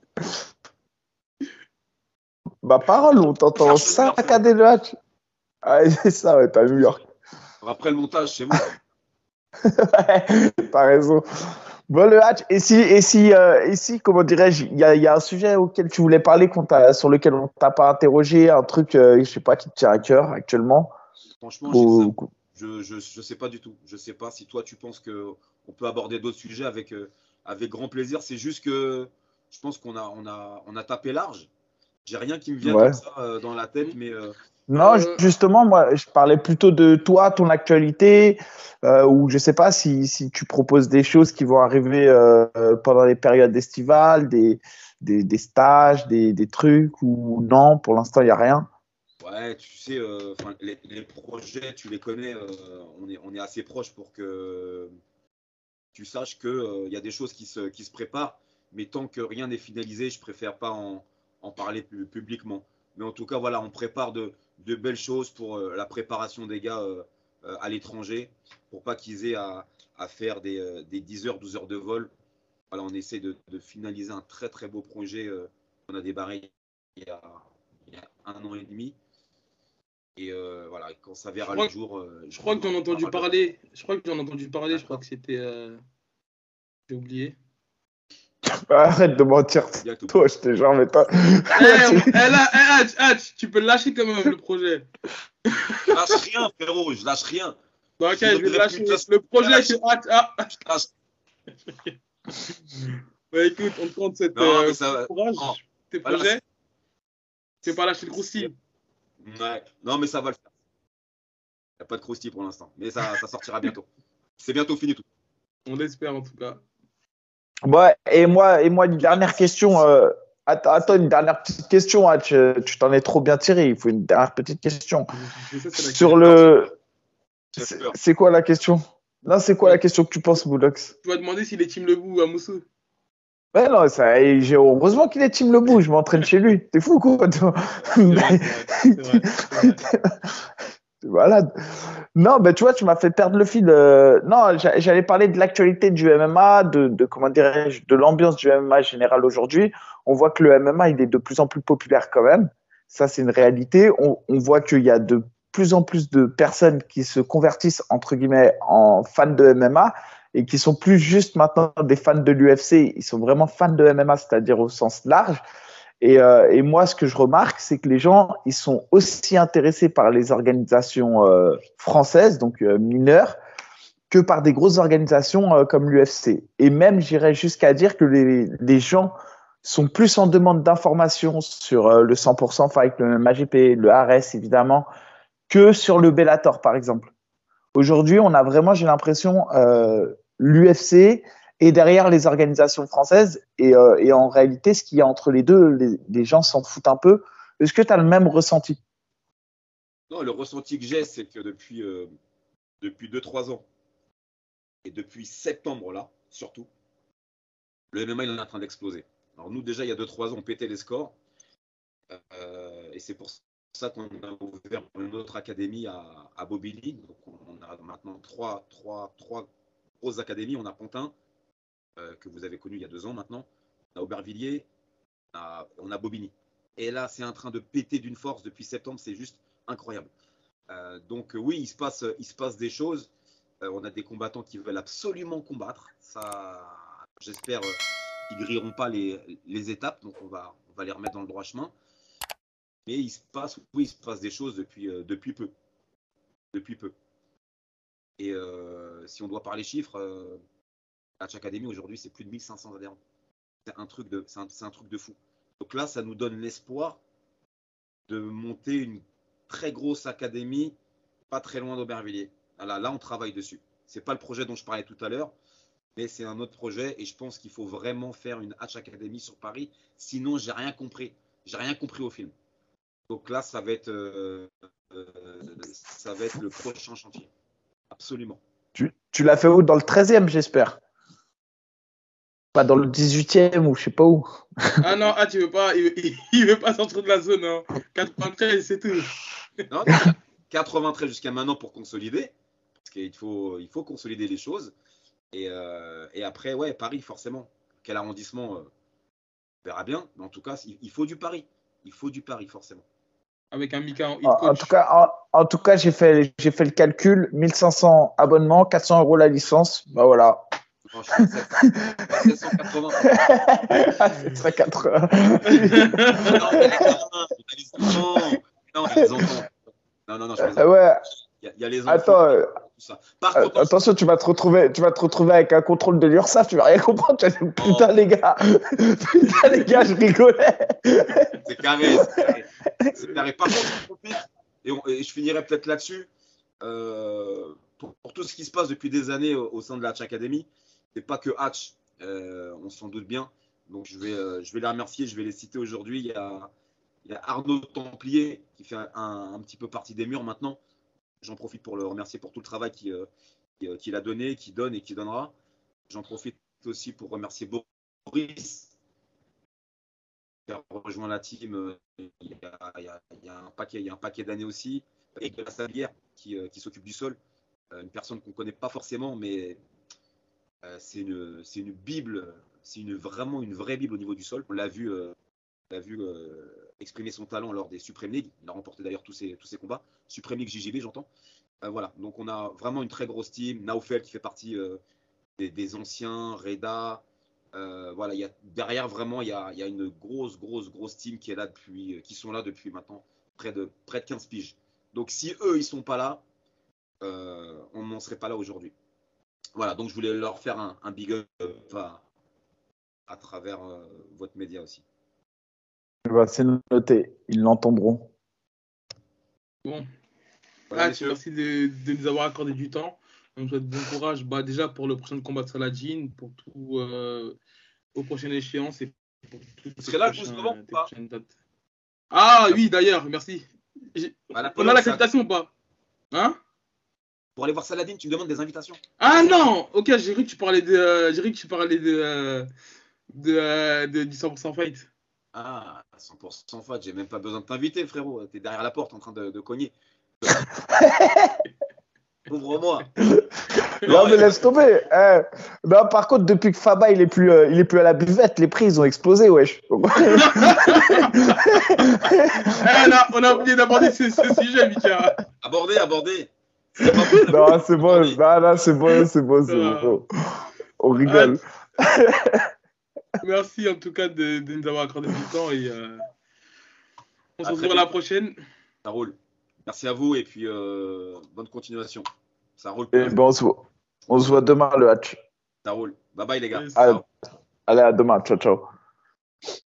Ma parole, on t'entend Cherche le New York, saccader le hatch. Ah, c'est ça, ouais, t'es à New York. après le montage, c'est bon. Ouais, t'as raison. Bon, le hatch, et si, et si, euh, et si comment dirais-je, il y a, il y a un sujet auquel tu voulais parler, qu'on t'a- sur lequel on t'a pas interrogé, un truc, euh, je sais pas, qui te tient à cœur actuellement. Franchement, Ou- j'exam- je, je, je sais pas du tout. Je sais pas si toi tu penses que on peut aborder d'autres sujets avec, euh, avec grand plaisir. C'est juste que je pense qu'on a, on a, on a tapé large. J'ai rien qui me vient Ouais. comme ça euh, dans la tête, mais euh, Non, Euh, justement, moi, je parlais plutôt de toi, ton actualité, euh, ou je sais pas si, si tu proposes des choses qui vont arriver euh, pendant les périodes estivales, des, des, des stages, des, des trucs, ou non, pour l'instant, il n'y a rien. ouais, tu sais, euh, 'fin, les, les projets, tu les connais. euh, on est, on est assez proche pour que tu saches que euh, il y a des choses qui se, qui se préparent, mais tant que rien n'est finalisé, je préfère pas en, en parler pu- publiquement. Mais en tout cas, voilà, on prépare de, de belles choses pour euh, la préparation des gars euh, euh, à l'étranger, pour pas qu'ils aient à, à faire des, euh, des dix heures, douze heures de vol. Voilà, on essaie de, de finaliser un très très beau projet euh, qu'on a débarré il y a, il y a un an et demi. Et euh, voilà, quand ça je verra le crois, jour, euh, je on crois que j'en ai en entendu parlera. parler. Je crois que j'en ai entendu parler. Je crois D'accord. que c'était. euh, J'ai oublié. Arrête de mentir. Il y a tout. Toi, je te jure, mais toi. Eh, on- eh, là, eh, Hatch, Hatch, tu peux le lâcher quand même, le projet. Je lâche rien, frérot, je lâche rien. Bon, ok, Je je vous vais le donnerai plus lâcher. de toute façon. Le projet, c'est Hatch. Ah, Je lâche. bah écoute, on te compte cette Non, euh, mais ça va. courage, Non, tes voilà, projets. c'est- Tu veux pas lâcher le croustille. Ouais. Non, mais ça va le faire. Il n'y a pas de croustille pour l'instant, mais ça, ça sortira bientôt. C'est bientôt fini tout. On l'espère en tout cas. Ouais, et moi, et moi, une dernière question. euh, Attends, attends, une dernière petite question. Hein, tu tu t'en es trop bien tiré. Il faut une dernière petite question. Je sais, c'est la Sur question. le. J'ai C'est peur. c'est quoi la question? Non, c'est quoi la question que tu penses, Boulox? Tu vas demander s'il est Team Lebou ou Amoussou. Ouais, non, ça, et j'ai- heureusement qu'il est Team Lebou. Je m'entraîne chez lui. T'es fou, quoi, toi? C'est vrai, c'est vrai, c'est vrai, c'est vrai. Voilà. Non, ben tu vois, tu m'as fait perdre le fil. euh, Non, j'a- j'allais parler de l'actualité du M M A, de, de comment dirais-je, de l'ambiance du M M A général aujourd'hui. On voit que le M M A, il est de plus en plus populaire quand même. Ça, c'est une réalité. On, on voit qu'il y a de plus en plus de personnes qui se convertissent entre guillemets en fans de M M A et qui sont plus juste maintenant des fans de l'U F C. Ils sont vraiment fans de M M A, c'est-à-dire au sens large. Et, euh, et moi, ce que je remarque, c'est que les gens, ils sont aussi intéressés par les organisations euh, françaises, donc euh, mineures, que par des grosses organisations euh, comme l'U F C. Et même, j'irais jusqu'à dire que les, les gens sont plus en demande d'informations sur euh, le cent pour cent Fight, le M A G P, le R S évidemment, que sur le Bellator, par exemple. Aujourd'hui, on a vraiment, j'ai l'impression, euh, l'U F C et derrière les organisations françaises. Et, euh, et en réalité, ce qu'il y a entre les deux, les, les gens s'en foutent un peu. Est-ce que tu as le même ressenti? Non, le ressenti que j'ai, c'est que depuis, euh, depuis deux trois ans, et depuis septembre là, surtout, le M M A il est en train d'exploser. Alors nous, déjà, il y a deux trois ans, on pétait les scores. Euh, et c'est pour ça qu'on a ouvert une autre académie à, à Bobigny. Donc on a maintenant trois, trois, trois grosses académies. On a Pantin, euh, que vous avez connu il y a deux ans maintenant. On a Aubervilliers, on a, on a Bobigny. Et là, c'est en train de péter d'une force depuis septembre. C'est juste incroyable. Euh, donc euh, oui, il se passe, il se passe des choses. Euh, on a des combattants qui veulent absolument combattre. Ça, j'espère euh, qu'ils grilleront pas les, les étapes. Donc on va, on va les remettre dans le droit chemin. Mais il se passe, oui, il se passe des choses depuis, euh, depuis peu. Depuis peu. Et euh, si on doit parler chiffres, euh, Hatch Academy aujourd'hui, c'est plus de mille cinq cents adhérents. C'est un truc de, c'est un, c'est un truc de fou. Donc là, ça nous donne l'espoir de monter une très grosse académie, pas très loin d'Aubervilliers. Là, là, on travaille dessus. C'est pas le projet dont je parlais tout à l'heure, mais c'est un autre projet et je pense qu'il faut vraiment faire une Hatch Academy sur Paris. Sinon, j'ai rien compris. J'ai rien compris au film. Donc là, ça va être, euh, euh, ça va être le prochain chantier. Absolument. Tu, tu l'as fait où? Dans le treizième, j'espère. Pas dans le dix-huitième ou je sais pas où. Ah non, ah, tu veux pas, il, il, il veut pas sortir de la zone. Hein. quatre-vingt-treize, c'est tout. Non, non, quatre-vingt-treize jusqu'à maintenant pour consolider, parce qu'il faut, il faut consolider les choses. Et, euh, et après, ouais, Paris, forcément. Quel arrondissement, euh, on verra bien. Mais en tout cas, il, il faut du Paris. Il faut du Paris, forcément. Avec un Mika en hit En, en coach. tout cas, en, en tout cas, j'ai fait, j'ai fait le calcul. mille cinq cents abonnements, quatre cents euros la licence. Bah voilà. Non, je suis à sept cents. sept cent quatre-vingts. Ah, sept cent quatre-vingts. Non, on a les gamins, on a les enfants. Non, on a les enfants. Non, non, non, je plaisante. Ouais. Il y, a, il y a les enfants. Attends, euh, tout ça. Par euh, contre, attention, tu vas te retrouver, tu vas te retrouver avec un contrôle de l'URSSAF, tu vas rien comprendre. Tu vas dire, putain, Oh. les gars, putain, les gars, je rigolais. c'est carré, c'est carré. C'est carré. Par contre, je profite, et, on- et je finirai peut-être là-dessus, euh, pour, pour tout ce qui se passe depuis des années au, au sein de la Hatch Academy. C'est pas que Hatch, euh, on s'en doute bien. Donc je vais, euh, je vais les remercier, je vais les citer aujourd'hui. Il y a, il y a Arnaud Templier qui fait un, un, un petit peu partie des murs maintenant. J'en profite pour le remercier pour tout le travail qu'il euh, qu'il- qu'il a donné, qu'il donne et qu'il donnera. J'en profite aussi pour remercier Boris qui a rejoint la team euh, il y a, il y a, il y a un paquet, il y a un paquet d'années aussi. Et de la Sablière qui, euh, qui s'occupe du sol. Euh, une personne qu'on ne connaît pas forcément, mais euh, c'est une, c'est une Bible, c'est une, vraiment une vraie Bible au niveau du sol. On l'a vu, euh, on l'a vu euh, exprimer son talent lors des Supreme League. Il a remporté d'ailleurs tous ses, tous ses combats. Supreme League J J B, j'entends. Euh, voilà, donc on a vraiment une très grosse team. Naufel qui fait partie, euh, des, des anciens, Reda. Euh, voilà, il y a, derrière, vraiment, il y a, il y a une grosse, grosse, grosse team qui, est là depuis, qui sont là depuis maintenant près de, près de quinze piges. Donc, si eux, ils sont pas là, euh, on n'en serait pas là aujourd'hui. Voilà, donc je voulais leur faire un, un big up à, à travers euh, votre média aussi. Bah, c'est noté, ils l'entendront. Bon, Voilà, ah, messieurs. merci de, de nous avoir accordé du temps. On souhaite bon courage bah, déjà pour le prochain combat de Saladin, pour tout, euh, aux prochaines échéances et pour toutes Vous tes serez là le douze prochains- novembre ou tes pas? prochaines dates. Ah oui, d'ailleurs, merci. J'ai- Bah, la On preuve, a c'est l'accréditation ou pas? Hein? pour aller voir Saladin, tu me demandes des invitations. Ah non! Ok, j'ai cru que tu parlais de, euh, j'ai cru que tu parlais de, euh, de, euh, de- du cent pour cent fight. Ah, cent pour cent fat, j'ai même pas besoin de t'inviter, frérot. T'es derrière la porte en train de, de cogner. Ouvre-moi. Non, Non, mais y a laisse pas- tomber. Eh. Non, par contre, depuis que Faba il est plus, euh, il est plus à la buvette, les prix ils ont explosé, wesh. Eh, on a, on a oublié d'aborder ce, ce sujet, Mika. Aborder, aborder. C'est pas bon, Non, c'est bon. aborder. Non, non, c'est bon, c'est bon, c'est Ah. bon. On Ah, rigole. merci en tout cas de, de nous avoir accordé du temps et euh, on se À très retrouve à la vite. prochaine. Ça roule. Merci à vous et puis euh, bonne continuation. Ça roule. Et ben, on se voit, on se voit demain, le hatch. Ça roule. Bye bye les gars. Yes. Allez, Ciao. allez, à demain. Ciao, ciao.